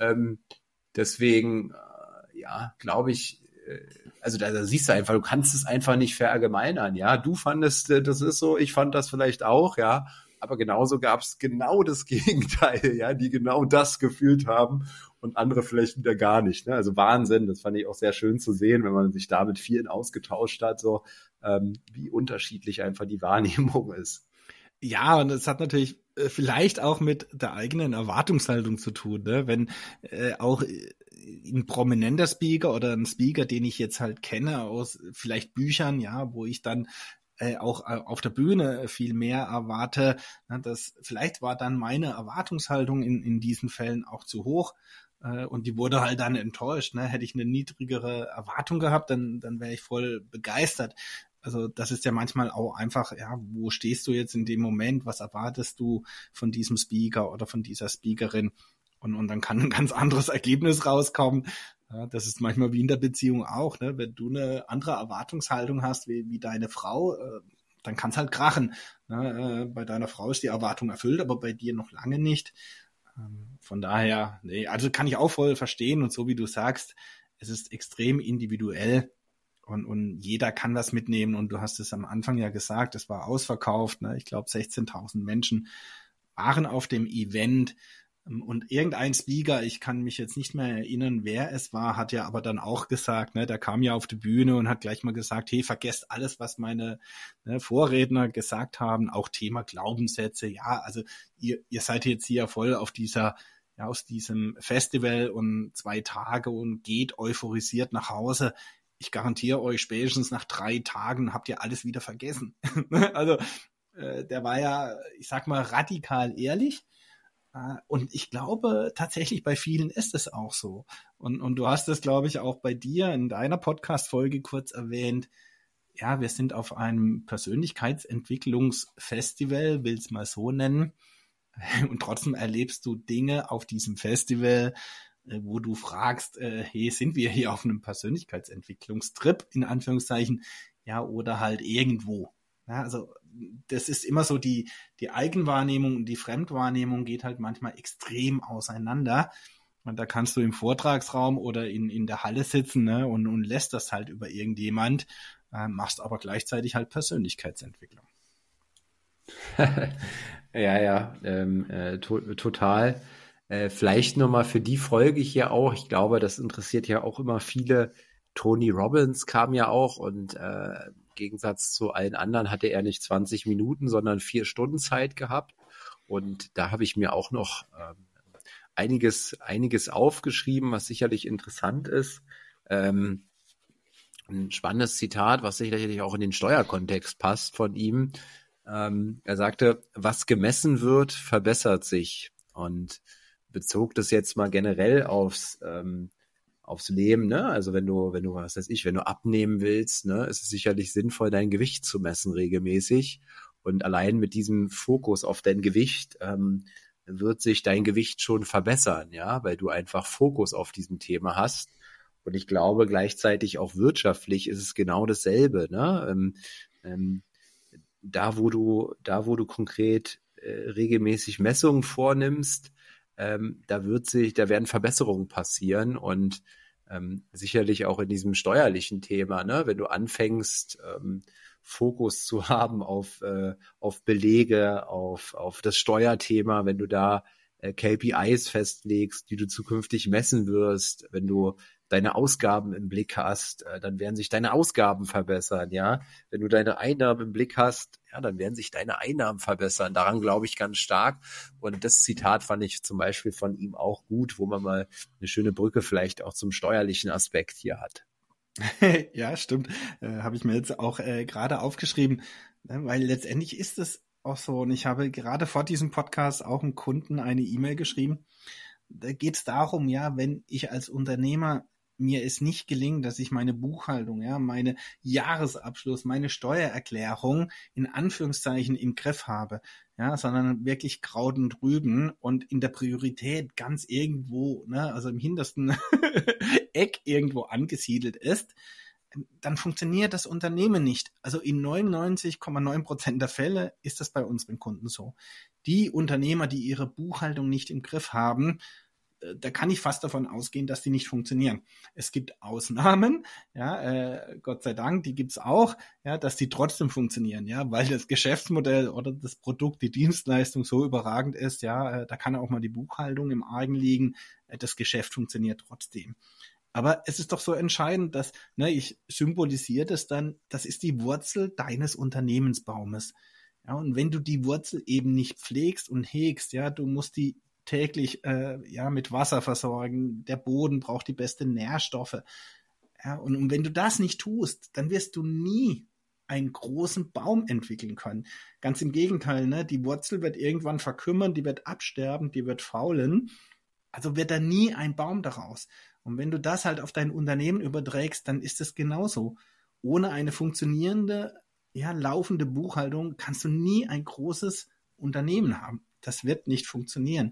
Deswegen, ja, glaube ich, also da siehst du einfach, du kannst es einfach nicht verallgemeinern, ja. Du fandest, das ist so, ich fand das vielleicht auch, ja. Aber genauso gab es genau das Gegenteil, ja, die genau das gefühlt haben und andere vielleicht wieder gar nicht. Ne? Also Wahnsinn, das fand ich auch sehr schön zu sehen, wenn man sich da mit vielen ausgetauscht hat, so wie unterschiedlich einfach die Wahrnehmung ist. Ja, und es hat natürlich vielleicht auch mit der eigenen Erwartungshaltung zu tun, ne? Wenn auch ein prominenter Speaker oder ein Speaker, den ich jetzt halt kenne aus vielleicht Büchern, ja, wo ich dann auch auf der Bühne viel mehr erwarte. Ne, vielleicht war dann meine Erwartungshaltung in diesen Fällen auch zu hoch und die wurde halt dann enttäuscht. Ne? Hätte ich eine niedrigere Erwartung gehabt, dann wäre ich voll begeistert. Also das ist ja manchmal auch einfach, ja, wo stehst du jetzt in dem Moment? Was erwartest du von diesem Speaker oder von dieser Speakerin? Und dann kann ein ganz anderes Ergebnis rauskommen. Ja, das ist manchmal wie in der Beziehung auch, ne? Wenn du eine andere Erwartungshaltung hast wie deine Frau, dann kann es halt krachen. Ne? Bei deiner Frau ist die Erwartung erfüllt, aber bei dir noch lange nicht. Von daher, nee, also kann ich auch voll verstehen und so wie du sagst, es ist extrem individuell und jeder kann was mitnehmen und du hast es am Anfang ja gesagt, es war ausverkauft, ne? Ich glaube 16.000 Menschen waren auf dem Event. Und irgendein Speaker, ich kann mich jetzt nicht mehr erinnern, wer es war, hat ja aber dann auch gesagt, ne, der kam ja auf die Bühne und hat gleich mal gesagt, hey, vergesst alles, was meine Vorredner gesagt haben, auch Thema Glaubenssätze. Ja, also ihr seid jetzt hier voll auf aus diesem Festival und 2 Tage und geht euphorisiert nach Hause. Ich garantiere euch, spätestens nach 3 Tagen habt ihr alles wieder vergessen. Also der war ja, ich sag mal, radikal ehrlich. Und ich glaube, tatsächlich bei vielen ist es auch so. Und du hast es, glaube ich, auch bei dir in deiner Podcast-Folge kurz erwähnt. Ja, wir sind auf einem Persönlichkeitsentwicklungsfestival, will es mal so nennen. Und trotzdem erlebst du Dinge auf diesem Festival, wo du fragst, hey, sind wir hier auf einem Persönlichkeitsentwicklungstrip, in Anführungszeichen, ja, oder halt irgendwo. Ja, also das ist immer so die Eigenwahrnehmung und die Fremdwahrnehmung geht halt manchmal extrem auseinander. Und da kannst du im Vortragsraum oder in der Halle sitzen, ne, und lässt das halt über irgendjemand, machst aber gleichzeitig halt Persönlichkeitsentwicklung. Ja, total. Vielleicht nochmal für die Folge hier auch, ich glaube, das interessiert ja auch immer viele. Tony Robbins kam ja auch und im Gegensatz zu allen anderen hatte er nicht 20 Minuten, sondern 4 Stunden Zeit gehabt. Und da habe ich mir auch noch einiges aufgeschrieben, was sicherlich interessant ist. Ein spannendes Zitat, was sicherlich auch in den Steuerkontext passt von ihm. Er sagte, was gemessen wird, verbessert sich. Und bezog das jetzt mal generell aufs Leben, ne? Also wenn du, was weiß ich, wenn du abnehmen willst, ne, ist es sicherlich sinnvoll, dein Gewicht zu messen regelmäßig. Und allein mit diesem Fokus auf dein Gewicht wird sich dein Gewicht schon verbessern, ja, weil du einfach Fokus auf diesem Thema hast. Und ich glaube, gleichzeitig auch wirtschaftlich ist es genau dasselbe, ne? Da, wo du konkret regelmäßig Messungen vornimmst, da werden Verbesserungen passieren und sicherlich auch in diesem steuerlichen Thema, ne? Wenn du anfängst, Fokus zu haben auf Belege, auf das Steuerthema, wenn du da KPIs festlegst, die du zukünftig messen wirst, wenn du deine Ausgaben im Blick hast, dann werden sich deine Ausgaben verbessern, ja. Wenn du deine Einnahmen im Blick hast, ja, dann werden sich deine Einnahmen verbessern. Daran glaube ich ganz stark. Und das Zitat fand ich zum Beispiel von ihm auch gut, wo man mal eine schöne Brücke vielleicht auch zum steuerlichen Aspekt hier hat. Ja, stimmt. Habe ich mir jetzt auch gerade aufgeschrieben, ne, weil letztendlich ist es auch so. Und ich habe gerade vor diesem Podcast auch einem Kunden eine E-Mail geschrieben. Da geht es darum, ja, wenn ich als Unternehmer mir es nicht gelingt, dass ich meine Buchhaltung, ja, meine Jahresabschluss, meine Steuererklärung in Anführungszeichen im Griff habe, ja, sondern wirklich Kraut und Rüben und in der Priorität ganz irgendwo, ne, also im hintersten Eck irgendwo angesiedelt ist, dann funktioniert das Unternehmen nicht. Also in 99,9% der Fälle ist das bei unseren Kunden so. Die Unternehmer, die ihre Buchhaltung nicht im Griff haben, da kann ich fast davon ausgehen, dass die nicht funktionieren. Es gibt Ausnahmen, ja, Gott sei Dank, die gibt's auch, ja, dass die trotzdem funktionieren, ja, weil das Geschäftsmodell oder das Produkt, die Dienstleistung so überragend ist, ja, da kann auch mal die Buchhaltung im Argen liegen, das Geschäft funktioniert trotzdem. Aber es ist doch so entscheidend, dass, ne, ich symbolisiere das dann, das ist die Wurzel deines Unternehmensbaumes. Ja, und wenn du die Wurzel eben nicht pflegst und hegst, ja, du musst die täglich mit Wasser versorgen, der Boden braucht die besten Nährstoffe. Ja, und wenn du das nicht tust, dann wirst du nie einen großen Baum entwickeln können. Ganz im Gegenteil, ne, die Wurzel wird irgendwann verkümmern, die wird absterben, die wird faulen. Also wird da nie ein Baum daraus. Und wenn du das halt auf dein Unternehmen überträgst, dann ist es genauso. Ohne eine funktionierende, ja, laufende Buchhaltung kannst du nie ein großes Unternehmen haben. Das wird nicht funktionieren.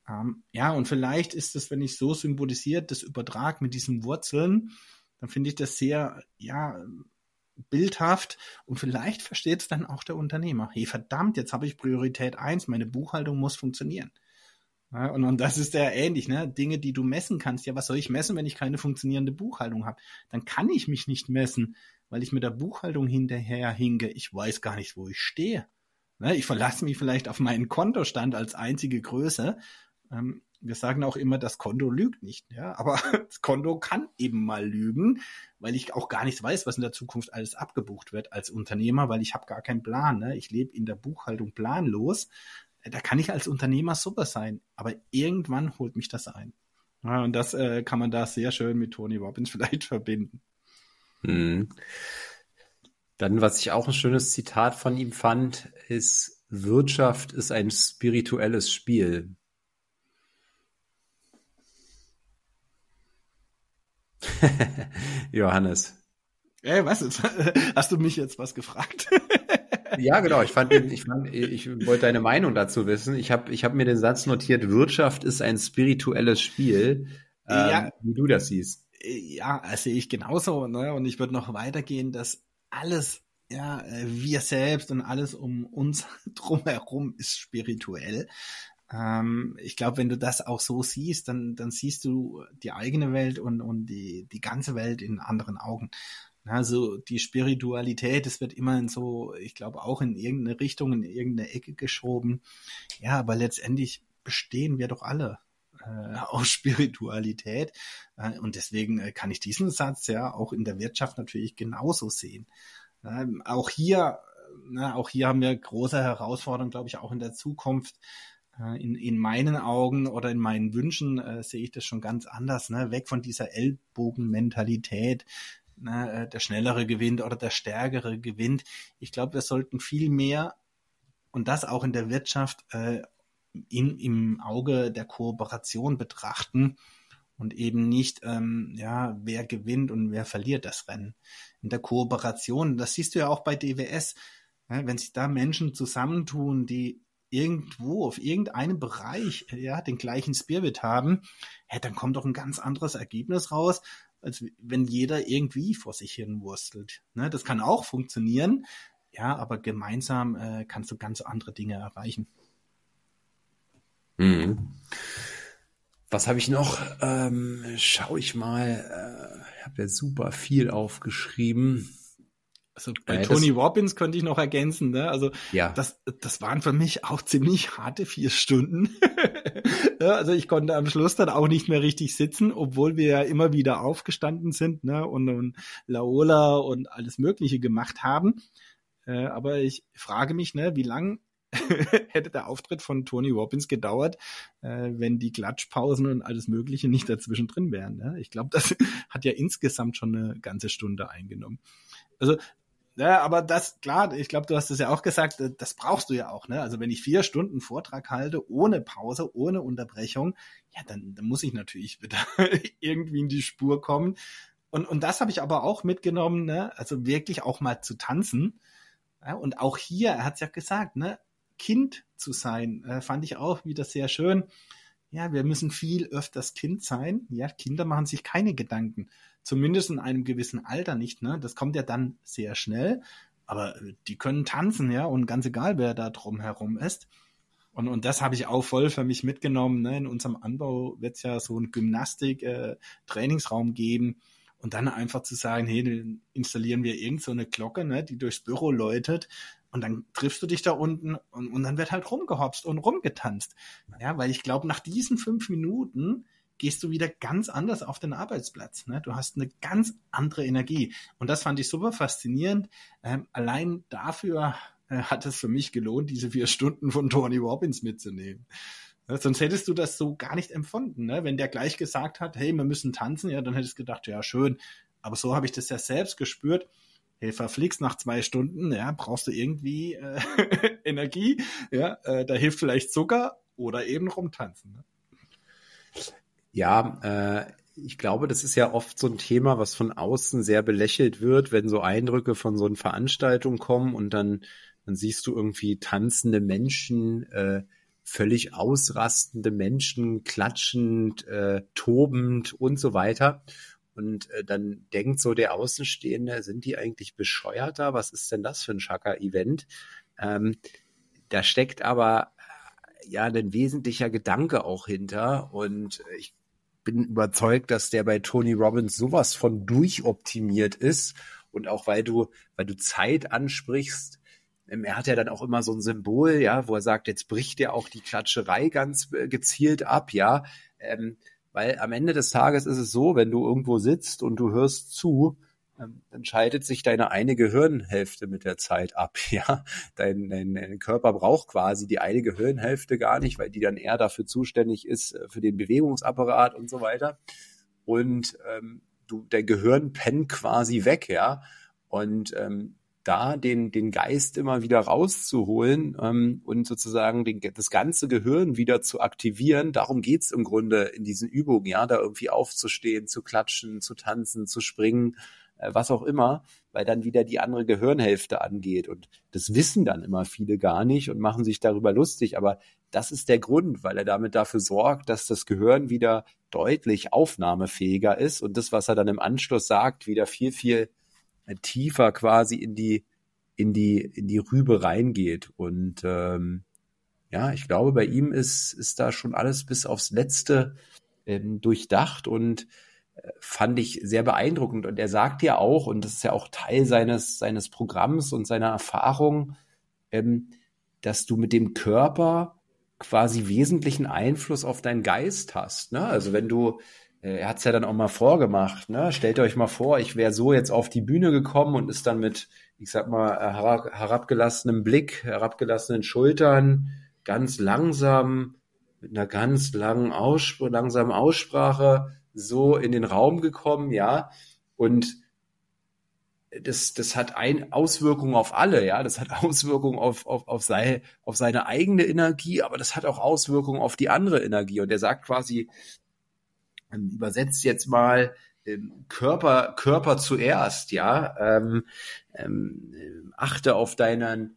Und vielleicht ist es, wenn ich so symbolisiert das übertrage mit diesen Wurzeln, dann finde ich das sehr, ja, bildhaft und vielleicht versteht es dann auch der Unternehmer. Hey, verdammt, jetzt habe ich Priorität 1, meine Buchhaltung muss funktionieren. Ja, und das ist ja ähnlich, ne? Dinge, die du messen kannst. Ja, was soll ich messen, wenn ich keine funktionierende Buchhaltung habe? Dann kann ich mich nicht messen, weil ich mit der Buchhaltung hinterher hinke. Ich weiß gar nicht, wo ich stehe. Ne? Ich verlasse mich vielleicht auf meinen Kontostand als einzige Größe. Wir sagen auch immer, das Konto lügt nicht. Ja? Aber das Konto kann eben mal lügen, weil ich auch gar nicht weiß, was in der Zukunft alles abgebucht wird als Unternehmer, weil ich habe gar keinen Plan. Ne? Ich lebe in der Buchhaltung planlos. Da kann ich als Unternehmer super sein, aber irgendwann holt mich das ein. Ja, und das kann man da sehr schön mit Tony Robbins vielleicht verbinden. Dann, was ich auch ein schönes Zitat von ihm fand, ist: Wirtschaft ist ein spirituelles Spiel. Johannes. Was ist? Hast du mich jetzt was gefragt? Ja, genau. Ich wollte deine Meinung dazu wissen. Ich hab mir den Satz notiert: Wirtschaft ist ein spirituelles Spiel. Wie du das siehst. Ja, das sehe ich genauso. Ne? Und ich würde noch weitergehen, dass alles, ja, wir selbst und alles um uns drumherum ist spirituell. Ich glaube, wenn du das auch so siehst, dann siehst du die eigene Welt und die ganze Welt in anderen Augen. Also die Spiritualität, es wird immer so, ich glaube, auch in irgendeine Richtung, in irgendeine Ecke geschoben. Ja, aber letztendlich bestehen wir doch alle aus Spiritualität. Und deswegen kann ich diesen Satz ja auch in der Wirtschaft natürlich genauso sehen. Auch hier haben wir große Herausforderungen, glaube ich, auch in der Zukunft. In meinen Augen oder in meinen Wünschen sehe ich das schon ganz anders. Ne? Weg von dieser Ellbogenmentalität. Der Schnellere gewinnt oder der Stärkere gewinnt. Ich glaube, wir sollten viel mehr, und das auch in der Wirtschaft, im Auge der Kooperation betrachten und eben nicht, wer gewinnt und wer verliert das Rennen. In der Kooperation, das siehst du ja auch bei DWS, wenn sich da Menschen zusammentun, die irgendwo auf irgendeinem Bereich den gleichen Spirit haben, dann kommt doch ein ganz anderes Ergebnis raus, als wenn jeder irgendwie vor sich hin wurstelt. Ne? Das kann auch funktionieren, ja, aber gemeinsam kannst du ganz andere Dinge erreichen. Was habe ich noch? Schau ich mal. Ich habe ja super viel aufgeschrieben. Also bei Tony Robbins könnte ich noch ergänzen, ne? Also ja. Das waren für mich auch ziemlich harte 4 Stunden. Ja, also ich konnte am Schluss dann auch nicht mehr richtig sitzen, obwohl wir ja immer wieder aufgestanden sind, ne? Und Laola und alles Mögliche gemacht haben. Aber ich frage mich, ne, wie lang hätte der Auftritt von Tony Robbins gedauert, wenn die Klatschpausen und alles Mögliche nicht dazwischen drin wären. Ne? Ich glaube, das hat ja insgesamt schon eine ganze Stunde eingenommen. Also Ja, aber das, klar, ich glaube, du hast es ja auch gesagt, das brauchst du ja auch, ne? Also wenn ich 4 Stunden Vortrag halte, ohne Pause, ohne Unterbrechung, ja, dann muss ich natürlich wieder irgendwie in die Spur kommen. Und das habe ich aber auch mitgenommen, ne? Also wirklich auch mal zu tanzen. Ja, und auch hier, er hat es ja gesagt, ne? Kind zu sein, fand ich auch wieder sehr schön. Ja, wir müssen viel öfters Kind sein. Ja, Kinder machen sich keine Gedanken. Zumindest in einem gewissen Alter nicht, ne? Das kommt ja dann sehr schnell. Aber die können tanzen, ja, und ganz egal, wer da drumherum ist. Und das habe ich auch voll für mich mitgenommen. Ne? In unserem Anbau wird es ja so einen Gymnastik-Trainingsraum geben. Und dann einfach zu sagen, hey, dann installieren wir irgend so eine Glocke, ne, die durchs Büro läutet. Und dann triffst du dich da unten und dann wird halt rumgehopst und rumgetanzt. Ja, weil ich glaube, nach diesen 5 Minuten gehst du wieder ganz anders auf den Arbeitsplatz. Ne? Du hast eine ganz andere Energie. Und das fand ich super faszinierend. Allein dafür hat es für mich gelohnt, diese 4 Stunden von Tony Robbins mitzunehmen. Ja, sonst hättest du das so gar nicht empfunden. Ne? Wenn der gleich gesagt hat, hey, wir müssen tanzen, ja, dann hättest du gedacht, ja, schön. Aber so habe ich das ja selbst gespürt. Hey, verfliegst nach 2 Stunden, ja, brauchst du irgendwie Energie. Ja, da hilft vielleicht Zucker oder eben rumtanzen. Ne? Ja, ich glaube, das ist ja oft so ein Thema, was von außen sehr belächelt wird, wenn so Eindrücke von so einer Veranstaltung kommen und dann siehst du irgendwie tanzende Menschen, völlig ausrastende Menschen, klatschend, tobend und so weiter. Und dann denkt so der Außenstehende, sind die eigentlich bescheuerter? Was ist denn das für ein Chakra-Event? Da steckt aber ja ein wesentlicher Gedanke auch hinter. Und ich bin überzeugt, dass der bei Tony Robbins sowas von durchoptimiert ist. Und auch weil du Zeit ansprichst, er hat ja dann auch immer so ein Symbol, ja, wo er sagt, jetzt bricht er auch die Klatscherei ganz gezielt ab, ja. Weil am Ende des Tages ist es so, wenn du irgendwo sitzt und du hörst zu, dann schaltet sich deine eine Gehirnhälfte mit der Zeit ab, ja. Dein Körper braucht quasi die eine Gehirnhälfte gar nicht, weil die dann eher dafür zuständig ist, für den Bewegungsapparat und so weiter. Und dein Gehirn pennt quasi weg, ja. Und da den Geist immer wieder rauszuholen und sozusagen das ganze Gehirn wieder zu aktivieren. Darum geht's im Grunde in diesen Übungen, ja, da irgendwie aufzustehen, zu klatschen, zu tanzen, zu springen, was auch immer, weil dann wieder die andere Gehirnhälfte angeht. Und das wissen dann immer viele gar nicht und machen sich darüber lustig. Aber das ist der Grund, weil er damit dafür sorgt, dass das Gehirn wieder deutlich aufnahmefähiger ist und das, was er dann im Anschluss sagt, wieder viel, viel tiefer quasi in die Rübe reingeht. Und ja, ich glaube, bei ihm ist da schon alles bis aufs Letzte durchdacht und fand ich sehr beeindruckend. Und er sagt ja auch, und das ist ja auch Teil seines Programms und seiner Erfahrung, dass du mit dem Körper quasi wesentlichen Einfluss auf deinen Geist hast. Ne? Also wenn du er hat es ja dann auch mal vorgemacht, ne? Stellt euch mal vor, ich wäre so jetzt auf die Bühne gekommen und ist dann mit, ich sag mal, herabgelassenem Blick, herabgelassenen Schultern, ganz langsam, mit einer ganz langsamen Aussprache so in den Raum gekommen, ja. Und das hat Auswirkungen auf alle, ja. Das hat Auswirkungen auf seine eigene Energie, aber das hat auch Auswirkungen auf die andere Energie. Und er sagt quasi, übersetzt jetzt mal Körper zuerst, ja. Achte auf deinen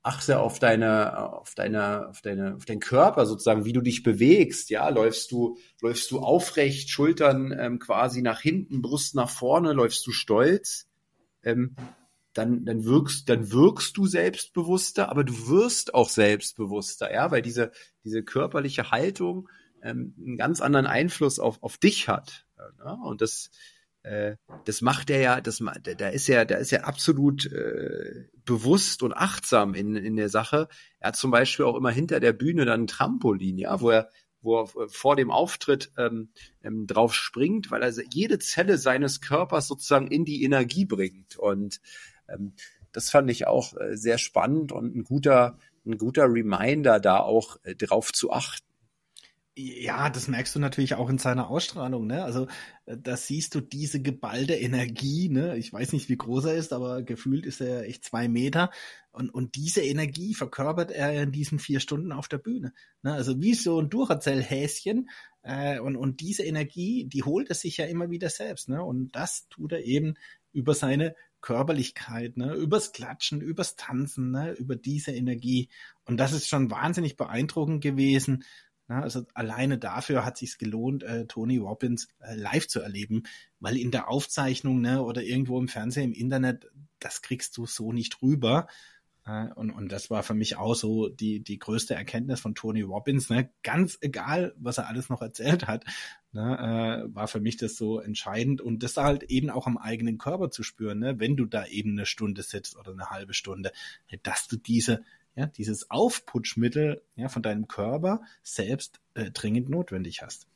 Körper sozusagen, wie du dich bewegst, ja. Läufst du aufrecht, Schultern quasi nach hinten, Brust nach vorne, läufst du stolz, dann wirkst du selbstbewusster, aber du wirst auch selbstbewusster, ja, weil diese körperliche Haltung einen ganz anderen Einfluss auf dich hat. Ja? Und das macht er ja, da ist er absolut bewusst und achtsam in der Sache. Er hat zum Beispiel auch immer hinter der Bühne dann ein Trampolin, ja, wo er vor dem Auftritt drauf springt, weil er jede Zelle seines Körpers sozusagen in die Energie bringt. Und das fand ich auch sehr spannend und ein guter Reminder, da auch drauf zu achten. Ja, das merkst du natürlich auch in seiner Ausstrahlung, ne? Also da siehst du diese geballte Energie, ne? Ich weiß nicht, wie groß er ist, aber gefühlt ist er echt 2 Meter. Und diese Energie verkörpert er in diesen 4 Stunden auf der Bühne. Ne? Also wie so ein Duracell-Häschen. Und diese Energie, die holt er sich ja immer wieder selbst, ne? Und das tut er eben über seine Körperlichkeit, ne? Übers Klatschen, übers Tanzen, ne? Über diese Energie. Und das ist schon wahnsinnig beeindruckend gewesen. Ja, also alleine dafür hat sich's gelohnt, Tony Robbins live zu erleben, weil in der Aufzeichnung, ne, oder irgendwo im Fernsehen, im Internet, das kriegst du so nicht rüber. Und das war für mich auch so die größte Erkenntnis von Tony Robbins, ne, ganz egal, was er alles noch erzählt hat, ne, war für mich das so entscheidend und das halt eben auch am eigenen Körper zu spüren, ne, wenn du da eben eine Stunde sitzt oder eine halbe Stunde, dass du dieses Aufputschmittel, ja, von deinem Körper selbst dringend notwendig hast.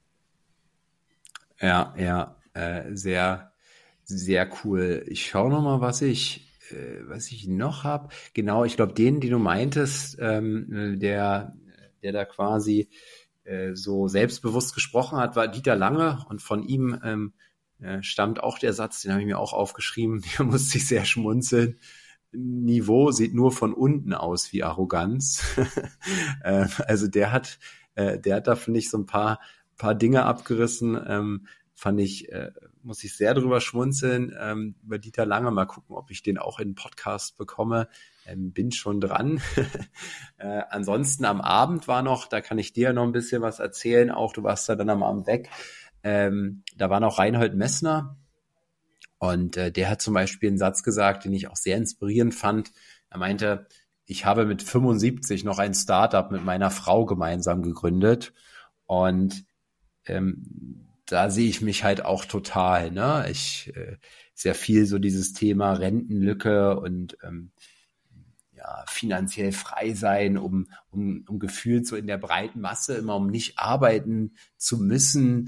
Ja, sehr, sehr cool. Ich schaue noch mal, was ich noch habe. Genau, ich glaube, den du meintest, der da quasi so selbstbewusst gesprochen hat, war Dieter Lange und von ihm stammt auch der Satz, den habe ich mir auch aufgeschrieben, der musste ich sehr schmunzeln. Niveau sieht nur von unten aus wie Arroganz. Also der hat da, finde ich, so ein paar Dinge abgerissen. Fand ich, muss ich sehr drüber schmunzeln. Über Dieter Lange, mal gucken, ob ich den auch in den Podcast bekomme. Bin schon dran. Ansonsten am Abend war noch, da kann ich dir noch ein bisschen was erzählen. Auch du warst da dann am Abend weg. Da war noch Reinhold Messner. Und der hat zum Beispiel einen Satz gesagt, den ich auch sehr inspirierend fand. Er meinte, ich habe mit 75 noch ein Startup mit meiner Frau gemeinsam gegründet. Und da sehe ich mich halt auch total. Ne? Sehr viel so dieses Thema Rentenlücke und finanziell frei sein, um gefühlt so in der breiten Masse immer, um nicht arbeiten zu müssen.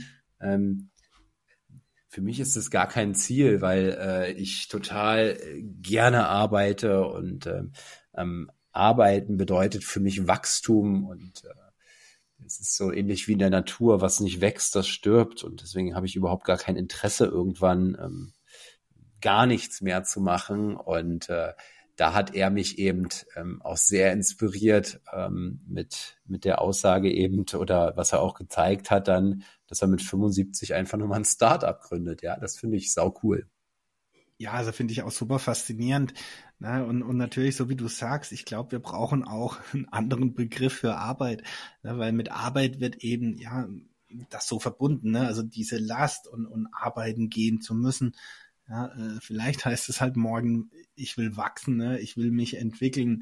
Für mich ist das gar kein Ziel, weil ich total gerne arbeite und Arbeiten bedeutet für mich Wachstum und es ist so ähnlich wie in der Natur, was nicht wächst, das stirbt und deswegen habe ich überhaupt gar kein Interesse irgendwann gar nichts mehr zu machen und da hat er mich eben auch sehr inspiriert mit der Aussage eben oder was er auch gezeigt hat dann, dass er mit 75 einfach nochmal ein Startup gründet. Ja, das finde ich sau cool. Ja, also finde ich auch super faszinierend. Ne? Und natürlich, so wie du sagst, ich glaube, wir brauchen auch einen anderen Begriff für Arbeit, ne? Weil mit Arbeit wird eben, ja, das so verbunden, ne? Also diese Last und arbeiten gehen zu müssen. Ja, vielleicht heißt es halt morgen, ich will wachsen, ne? Ich will mich entwickeln.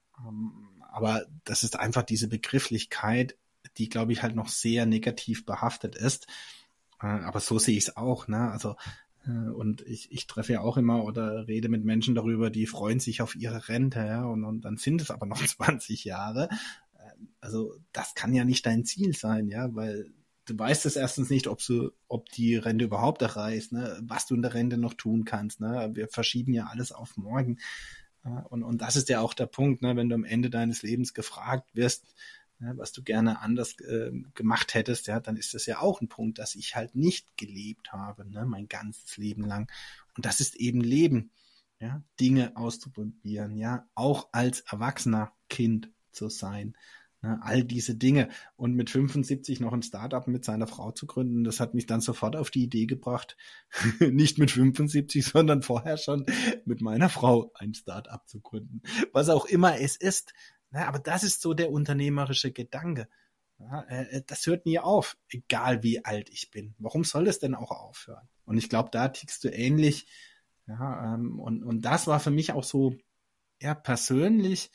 Aber das ist einfach diese Begrifflichkeit, die, glaube ich, halt noch sehr negativ behaftet ist. Aber so sehe ich es auch, ne? Also und ich treffe ja auch immer oder rede mit Menschen darüber, die freuen sich auf ihre Rente, ja, und dann sind es aber noch 20 Jahre. Also das kann ja nicht dein Ziel sein, ja, weil du weißt es erstens nicht, ob die Rente überhaupt erreicht, ne, was du in der Rente noch tun kannst, ne. Wir verschieben ja alles auf morgen. Und das ist ja auch der Punkt, ne, wenn du am Ende deines Lebens gefragt wirst, was du gerne anders gemacht hättest, ja, dann ist das ja auch ein Punkt, dass ich halt nicht gelebt habe, ne, mein ganzes Leben lang. Und das ist eben Leben, ja, Dinge auszuprobieren, ja, auch als erwachsener Kind zu sein, ne, all diese Dinge. Und mit 75 noch ein Startup mit seiner Frau zu gründen, das hat mich dann sofort auf die Idee gebracht, nicht mit 75, sondern vorher schon mit meiner Frau ein Startup zu gründen. Was auch immer es ist. Ja, aber das ist so der unternehmerische Gedanke. Ja, das hört nie auf, egal wie alt ich bin. Warum soll das denn auch aufhören? Und ich glaube, da tickst du ähnlich. Ja, und das war für mich auch so persönlich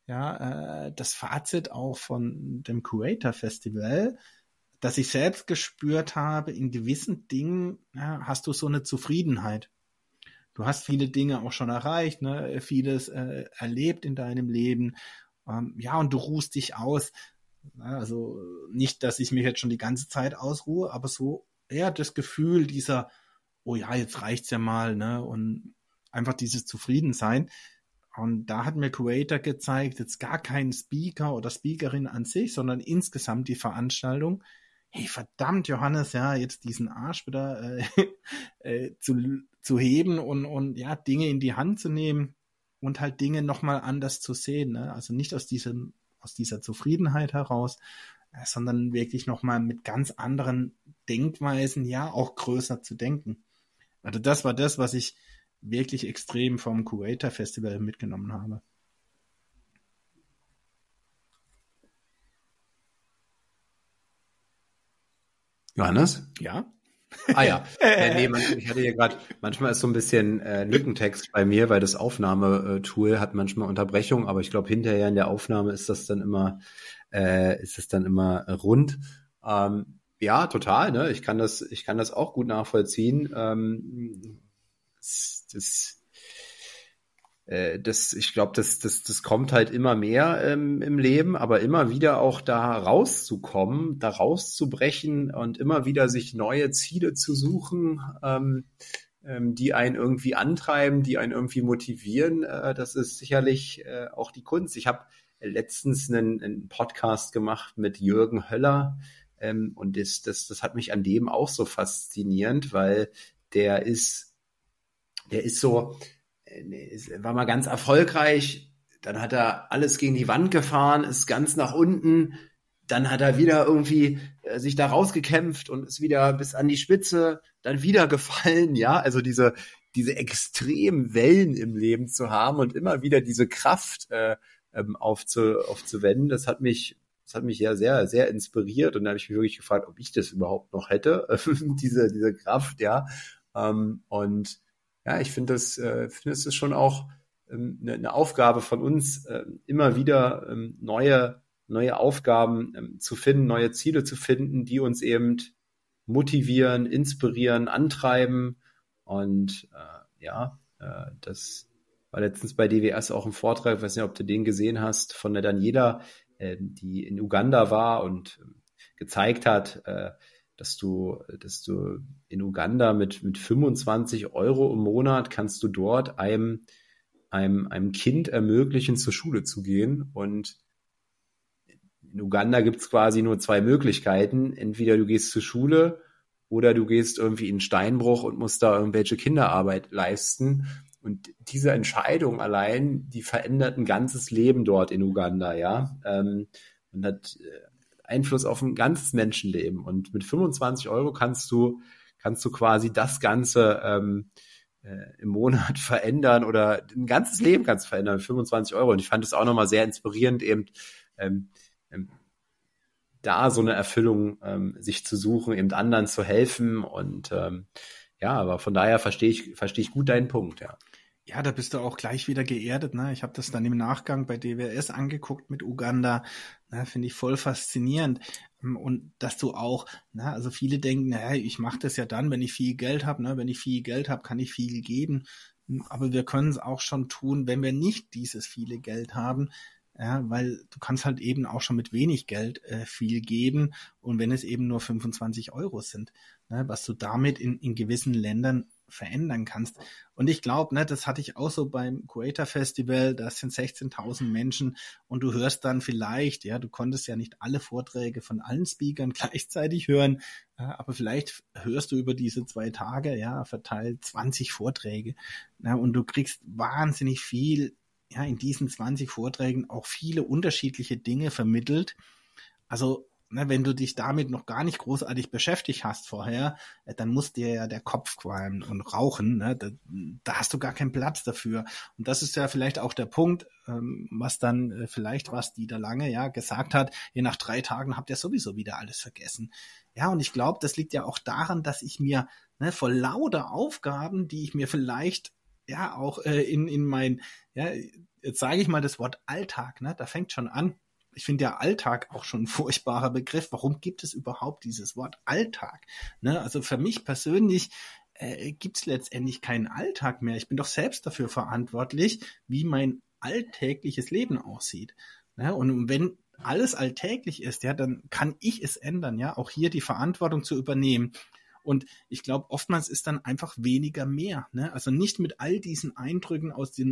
das Fazit auch von dem Curator Festival, dass ich selbst gespürt habe, in gewissen Dingen hast du so eine Zufriedenheit. Du hast viele Dinge auch schon erreicht, ne? Vieles erlebt in deinem Leben. Und du ruhst dich aus. Also nicht, dass ich mich jetzt schon die ganze Zeit ausruhe, aber so das Gefühl dieser, oh ja, jetzt reicht's ja mal, ne? Und einfach dieses Zufriedensein. Und da hat mir Curator gezeigt, jetzt gar kein Speaker oder Speakerin an sich, sondern insgesamt die Veranstaltung. Hey, verdammt, Johannes, ja, jetzt diesen Arsch wieder zu heben und ja, Dinge in die Hand zu nehmen und halt Dinge nochmal anders zu sehen. Ne? Also nicht aus dieser Zufriedenheit heraus, sondern wirklich nochmal mit ganz anderen Denkweisen, ja, auch größer zu denken. Also das war das, was ich wirklich extrem vom Curator Festival mitgenommen habe. Johannes? Ja? Ah ja. Nee, ich hatte hier gerade, manchmal ist so ein bisschen Lückentext bei mir, weil das Aufnahmetool hat manchmal Unterbrechung, aber ich glaube, hinterher in der Aufnahme ist das dann immer rund. Ja, total, ne? Ich kann das auch gut nachvollziehen. Ich glaube, das kommt halt immer mehr im Leben, aber immer wieder auch da rauszukommen, da rauszubrechen und immer wieder sich neue Ziele zu suchen, die einen irgendwie antreiben, die einen irgendwie motivieren. Das ist sicherlich auch die Kunst. Ich habe letztens einen Podcast gemacht mit Jürgen Höller, und das hat mich an dem auch so faszinierend, weil der ist so, war mal ganz erfolgreich, dann hat er alles gegen die Wand gefahren, ist ganz nach unten, dann hat er wieder irgendwie sich da rausgekämpft und ist wieder bis an die Spitze, dann wieder gefallen, ja, also diese extremen Wellen im Leben zu haben und immer wieder diese Kraft aufzuwenden, das hat mich ja sehr, sehr inspiriert und da habe ich mich wirklich gefragt, ob ich das überhaupt noch hätte, diese Kraft, ja, und ja, ich finde, das ist schon auch eine Aufgabe von uns, immer wieder neue Aufgaben zu finden, neue Ziele zu finden, die uns eben motivieren, inspirieren, antreiben. Und das war letztens bei DWS auch ein Vortrag, ich weiß nicht, ob du den gesehen hast, von der Daniela, die in Uganda war und gezeigt hat, dass du in Uganda mit 25 € im Monat kannst du dort einem Kind ermöglichen, zur Schule zu gehen. Und in Uganda gibt es quasi nur zwei Möglichkeiten. Entweder du gehst zur Schule oder du gehst irgendwie in Steinbruch und musst da irgendwelche Kinderarbeit leisten. Und diese Entscheidung allein, die verändert ein ganzes Leben dort in Uganda, ja. Und hat Einfluss auf ein ganzes Menschenleben. Und mit 25 € kannst du quasi das Ganze im Monat verändern oder ein ganzes Leben kannst du verändern mit 25 €. Und ich fand es auch nochmal sehr inspirierend, eben da so eine Erfüllung sich zu suchen, eben anderen zu helfen. Und aber von daher verstehe ich gut deinen Punkt, ja. Ja, da bist du auch gleich wieder geerdet, ne? Ich habe das dann im Nachgang bei DWS angeguckt mit Uganda, ne? Finde ich voll faszinierend. Und dass du auch, ne, also viele denken, naja, ich mache das ja dann, wenn ich viel Geld habe, ne? Wenn ich viel Geld habe, kann ich viel geben. Aber wir können es auch schon tun, wenn wir nicht dieses viele Geld haben, ja, weil du kannst halt eben auch schon mit wenig Geld viel geben und wenn es eben nur 25 € sind, ne, was du damit in gewissen Ländern verändern kannst. Und ich glaube, ne, das hatte ich auch so beim Curator Festival, da sind 16.000 Menschen und du hörst dann vielleicht, ja, du konntest ja nicht alle Vorträge von allen Speakern gleichzeitig hören, aber vielleicht hörst du über diese 2 Tage, ja, verteilt 20 Vorträge, ja, und du kriegst wahnsinnig viel, ja, in diesen 20 Vorträgen auch viele unterschiedliche Dinge vermittelt. Also, ne, wenn du dich damit noch gar nicht großartig beschäftigt hast vorher, dann muss dir ja der Kopf qualmen und rauchen. Ne? Da hast du gar keinen Platz dafür. Und das ist ja vielleicht auch der Punkt, was dann vielleicht, was Dieter Lange ja gesagt hat, nach 3 Tagen habt ihr sowieso wieder alles vergessen. Ja, und ich glaube, das liegt ja auch daran, dass ich mir vor lauter Aufgaben, die ich mir vielleicht ja auch in mein, ja, jetzt sage ich mal das Wort Alltag, ne, da fängt schon an. Ich finde ja Alltag auch schon ein furchtbarer Begriff. Warum gibt es überhaupt dieses Wort Alltag? Ne, also für mich persönlich gibt es letztendlich keinen Alltag mehr. Ich bin doch selbst dafür verantwortlich, wie mein alltägliches Leben aussieht. Ne, und wenn alles alltäglich ist, ja, dann kann ich es ändern, ja, auch hier die Verantwortung zu übernehmen. Und ich glaube, oftmals ist dann einfach weniger mehr. Ne? Also nicht mit all diesen Eindrücken aus den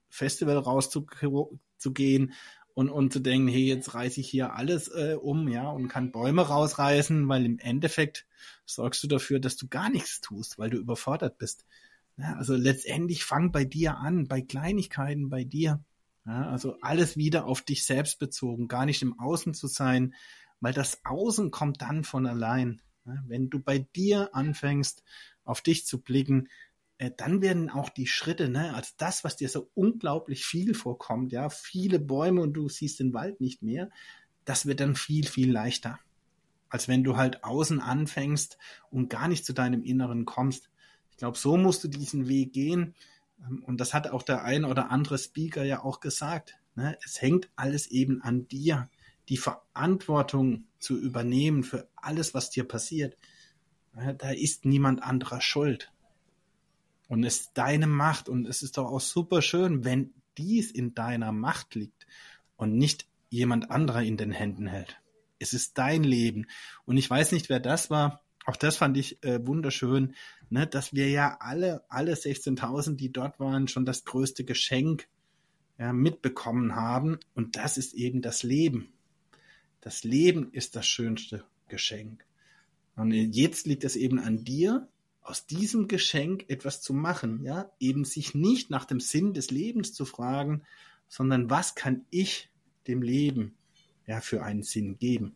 Festival rauszugehen und zu denken, hey, jetzt reiße ich hier alles und kann Bäume rausreißen, weil im Endeffekt sorgst du dafür, dass du gar nichts tust, weil du überfordert bist. Ja, also letztendlich fang bei dir an, bei Kleinigkeiten bei dir. Ja, also alles wieder auf dich selbst bezogen, gar nicht im Außen zu sein, weil das Außen kommt dann von allein. Ja, wenn du bei dir anfängst, auf dich zu blicken, dann werden auch die Schritte, also das, was dir so unglaublich viel vorkommt, ja, viele Bäume und du siehst den Wald nicht mehr, das wird dann viel, viel leichter, als wenn du halt außen anfängst und gar nicht zu deinem Inneren kommst. Ich glaube, so musst du diesen Weg gehen. Und das hat auch der ein oder andere Speaker ja auch gesagt. Ne? Es hängt alles eben an dir, die Verantwortung zu übernehmen für alles, was dir passiert. Ja, da ist niemand anderer schuld. Und es ist deine Macht. Und es ist doch auch super schön, wenn dies in deiner Macht liegt und nicht jemand anderer in den Händen hält. Es ist dein Leben. Und ich weiß nicht, wer das war. Auch das fand ich wunderschön, ne, dass wir ja alle 16.000, die dort waren, schon das größte Geschenk mitbekommen haben. Und das ist eben das Leben. Das Leben ist das schönste Geschenk. Und jetzt liegt es eben an dir, aus diesem Geschenk etwas zu machen, ja, eben sich nicht nach dem Sinn des Lebens zu fragen, sondern was kann ich dem Leben für einen Sinn geben?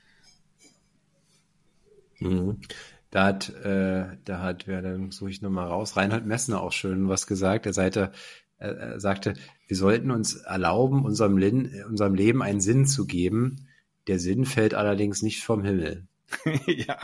Mhm. Da hat, dann suche ich nochmal raus, Reinhold Messner auch schön was gesagt. Er sagte, wir sollten uns erlauben, unserem Leben einen Sinn zu geben. Der Sinn fällt allerdings nicht vom Himmel. Ja.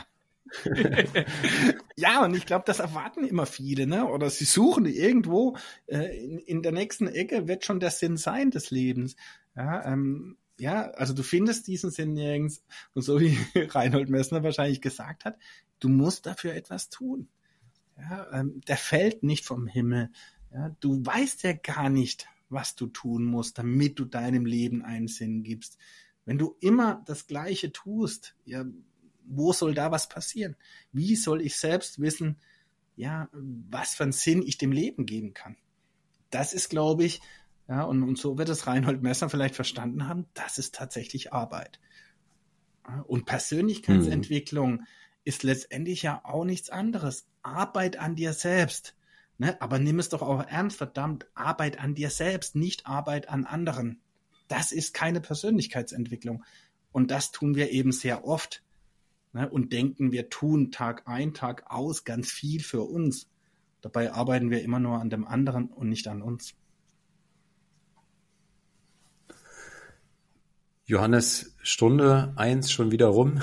Ja, und ich glaube, das erwarten immer viele, ne? Oder sie suchen irgendwo, in der nächsten Ecke wird schon der Sinn sein des Lebens. Ja, also du findest diesen Sinn nirgends. Und so wie Reinhold Messner wahrscheinlich gesagt hat, du musst dafür etwas tun. Ja, der fällt nicht vom Himmel. Ja, du weißt ja gar nicht, was du tun musst, damit du deinem Leben einen Sinn gibst. Wenn du immer das Gleiche tust, ja, wo soll da was passieren? Wie soll ich selbst wissen, ja, was für einen Sinn ich dem Leben geben kann? Das ist, glaube ich, ja, und so wird es Reinhold Messner vielleicht verstanden haben, das ist tatsächlich Arbeit. Und Persönlichkeitsentwicklung ist letztendlich ja auch nichts anderes. Arbeit an dir selbst. Ne? Aber nimm es doch auch ernst, verdammt, Arbeit an dir selbst, nicht Arbeit an anderen. Das ist keine Persönlichkeitsentwicklung. Und das tun wir eben sehr oft. Ne? Und denken, wir tun Tag ein, Tag aus ganz viel für uns. Dabei arbeiten wir immer nur an dem anderen und nicht an uns. Johannes, Stunde 1 schon wieder rum.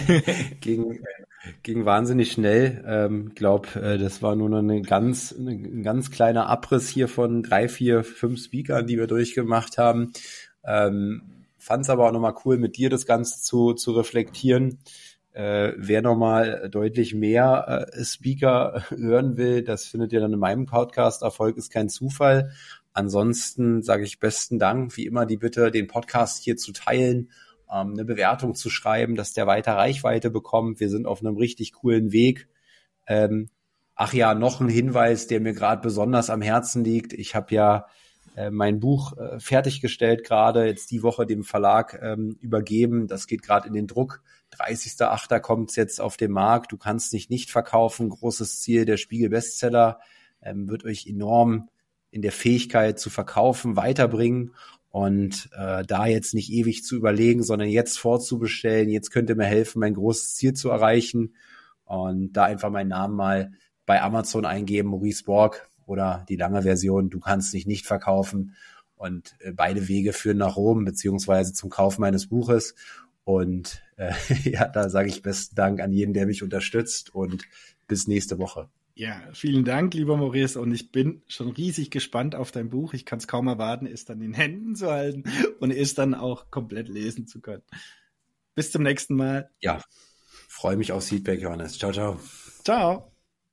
ging wahnsinnig schnell. Ich glaube, das war nur noch ein ganz kleiner Abriss hier von 3, 4, 5 Speakern, die wir durchgemacht haben. Fand es aber auch nochmal cool, mit dir das Ganze zu reflektieren. Wer nochmal deutlich mehr Speaker hören will, das findet ihr dann in meinem Podcast. Erfolg ist kein Zufall. Ansonsten sage ich besten Dank. Wie immer die Bitte, den Podcast hier zu teilen, eine Bewertung zu schreiben, dass der weiter Reichweite bekommt. Wir sind auf einem richtig coolen Weg. Ach ja, noch ein Hinweis, der mir gerade besonders am Herzen liegt. Ich habe ja mein Buch fertiggestellt gerade, jetzt die Woche dem Verlag übergeben. Das geht gerade in den Druck. 30.08. kommt es jetzt auf den Markt. Du kannst dich nicht verkaufen. Großes Ziel, der Spiegel Bestseller wird euch enorm in der Fähigkeit zu verkaufen, weiterbringen und da jetzt nicht ewig zu überlegen, sondern jetzt vorzubestellen. Jetzt könnt ihr mir helfen, mein großes Ziel zu erreichen und da einfach meinen Namen mal bei Amazon eingeben, Maurice Borg oder die lange Version, du kannst dich nicht verkaufen und beide Wege führen nach Rom beziehungsweise zum Kauf meines Buches und ja, da sage ich besten Dank an jeden, der mich unterstützt und bis nächste Woche. Ja, vielen Dank, lieber Maurice. Und ich bin schon riesig gespannt auf dein Buch. Ich kann es kaum erwarten, es dann in Händen zu halten und es dann auch komplett lesen zu können. Bis zum nächsten Mal. Ja, freue mich aufs Feedback, Johannes. Ciao, ciao. Ciao.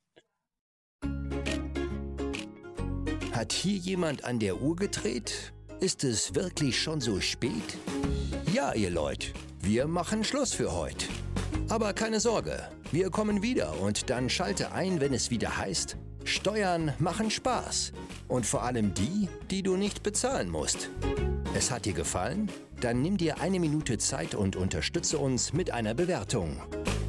Hat hier jemand an der Uhr gedreht? Ist es wirklich schon so spät? Ja, ihr Leute, wir machen Schluss für heute. Aber keine Sorge, wir kommen wieder und dann schalte ein, wenn es wieder heißt, Steuern machen Spaß. Und vor allem die, die du nicht bezahlen musst. Es hat dir gefallen? Dann nimm dir 1 Minute Zeit und unterstütze uns mit einer Bewertung.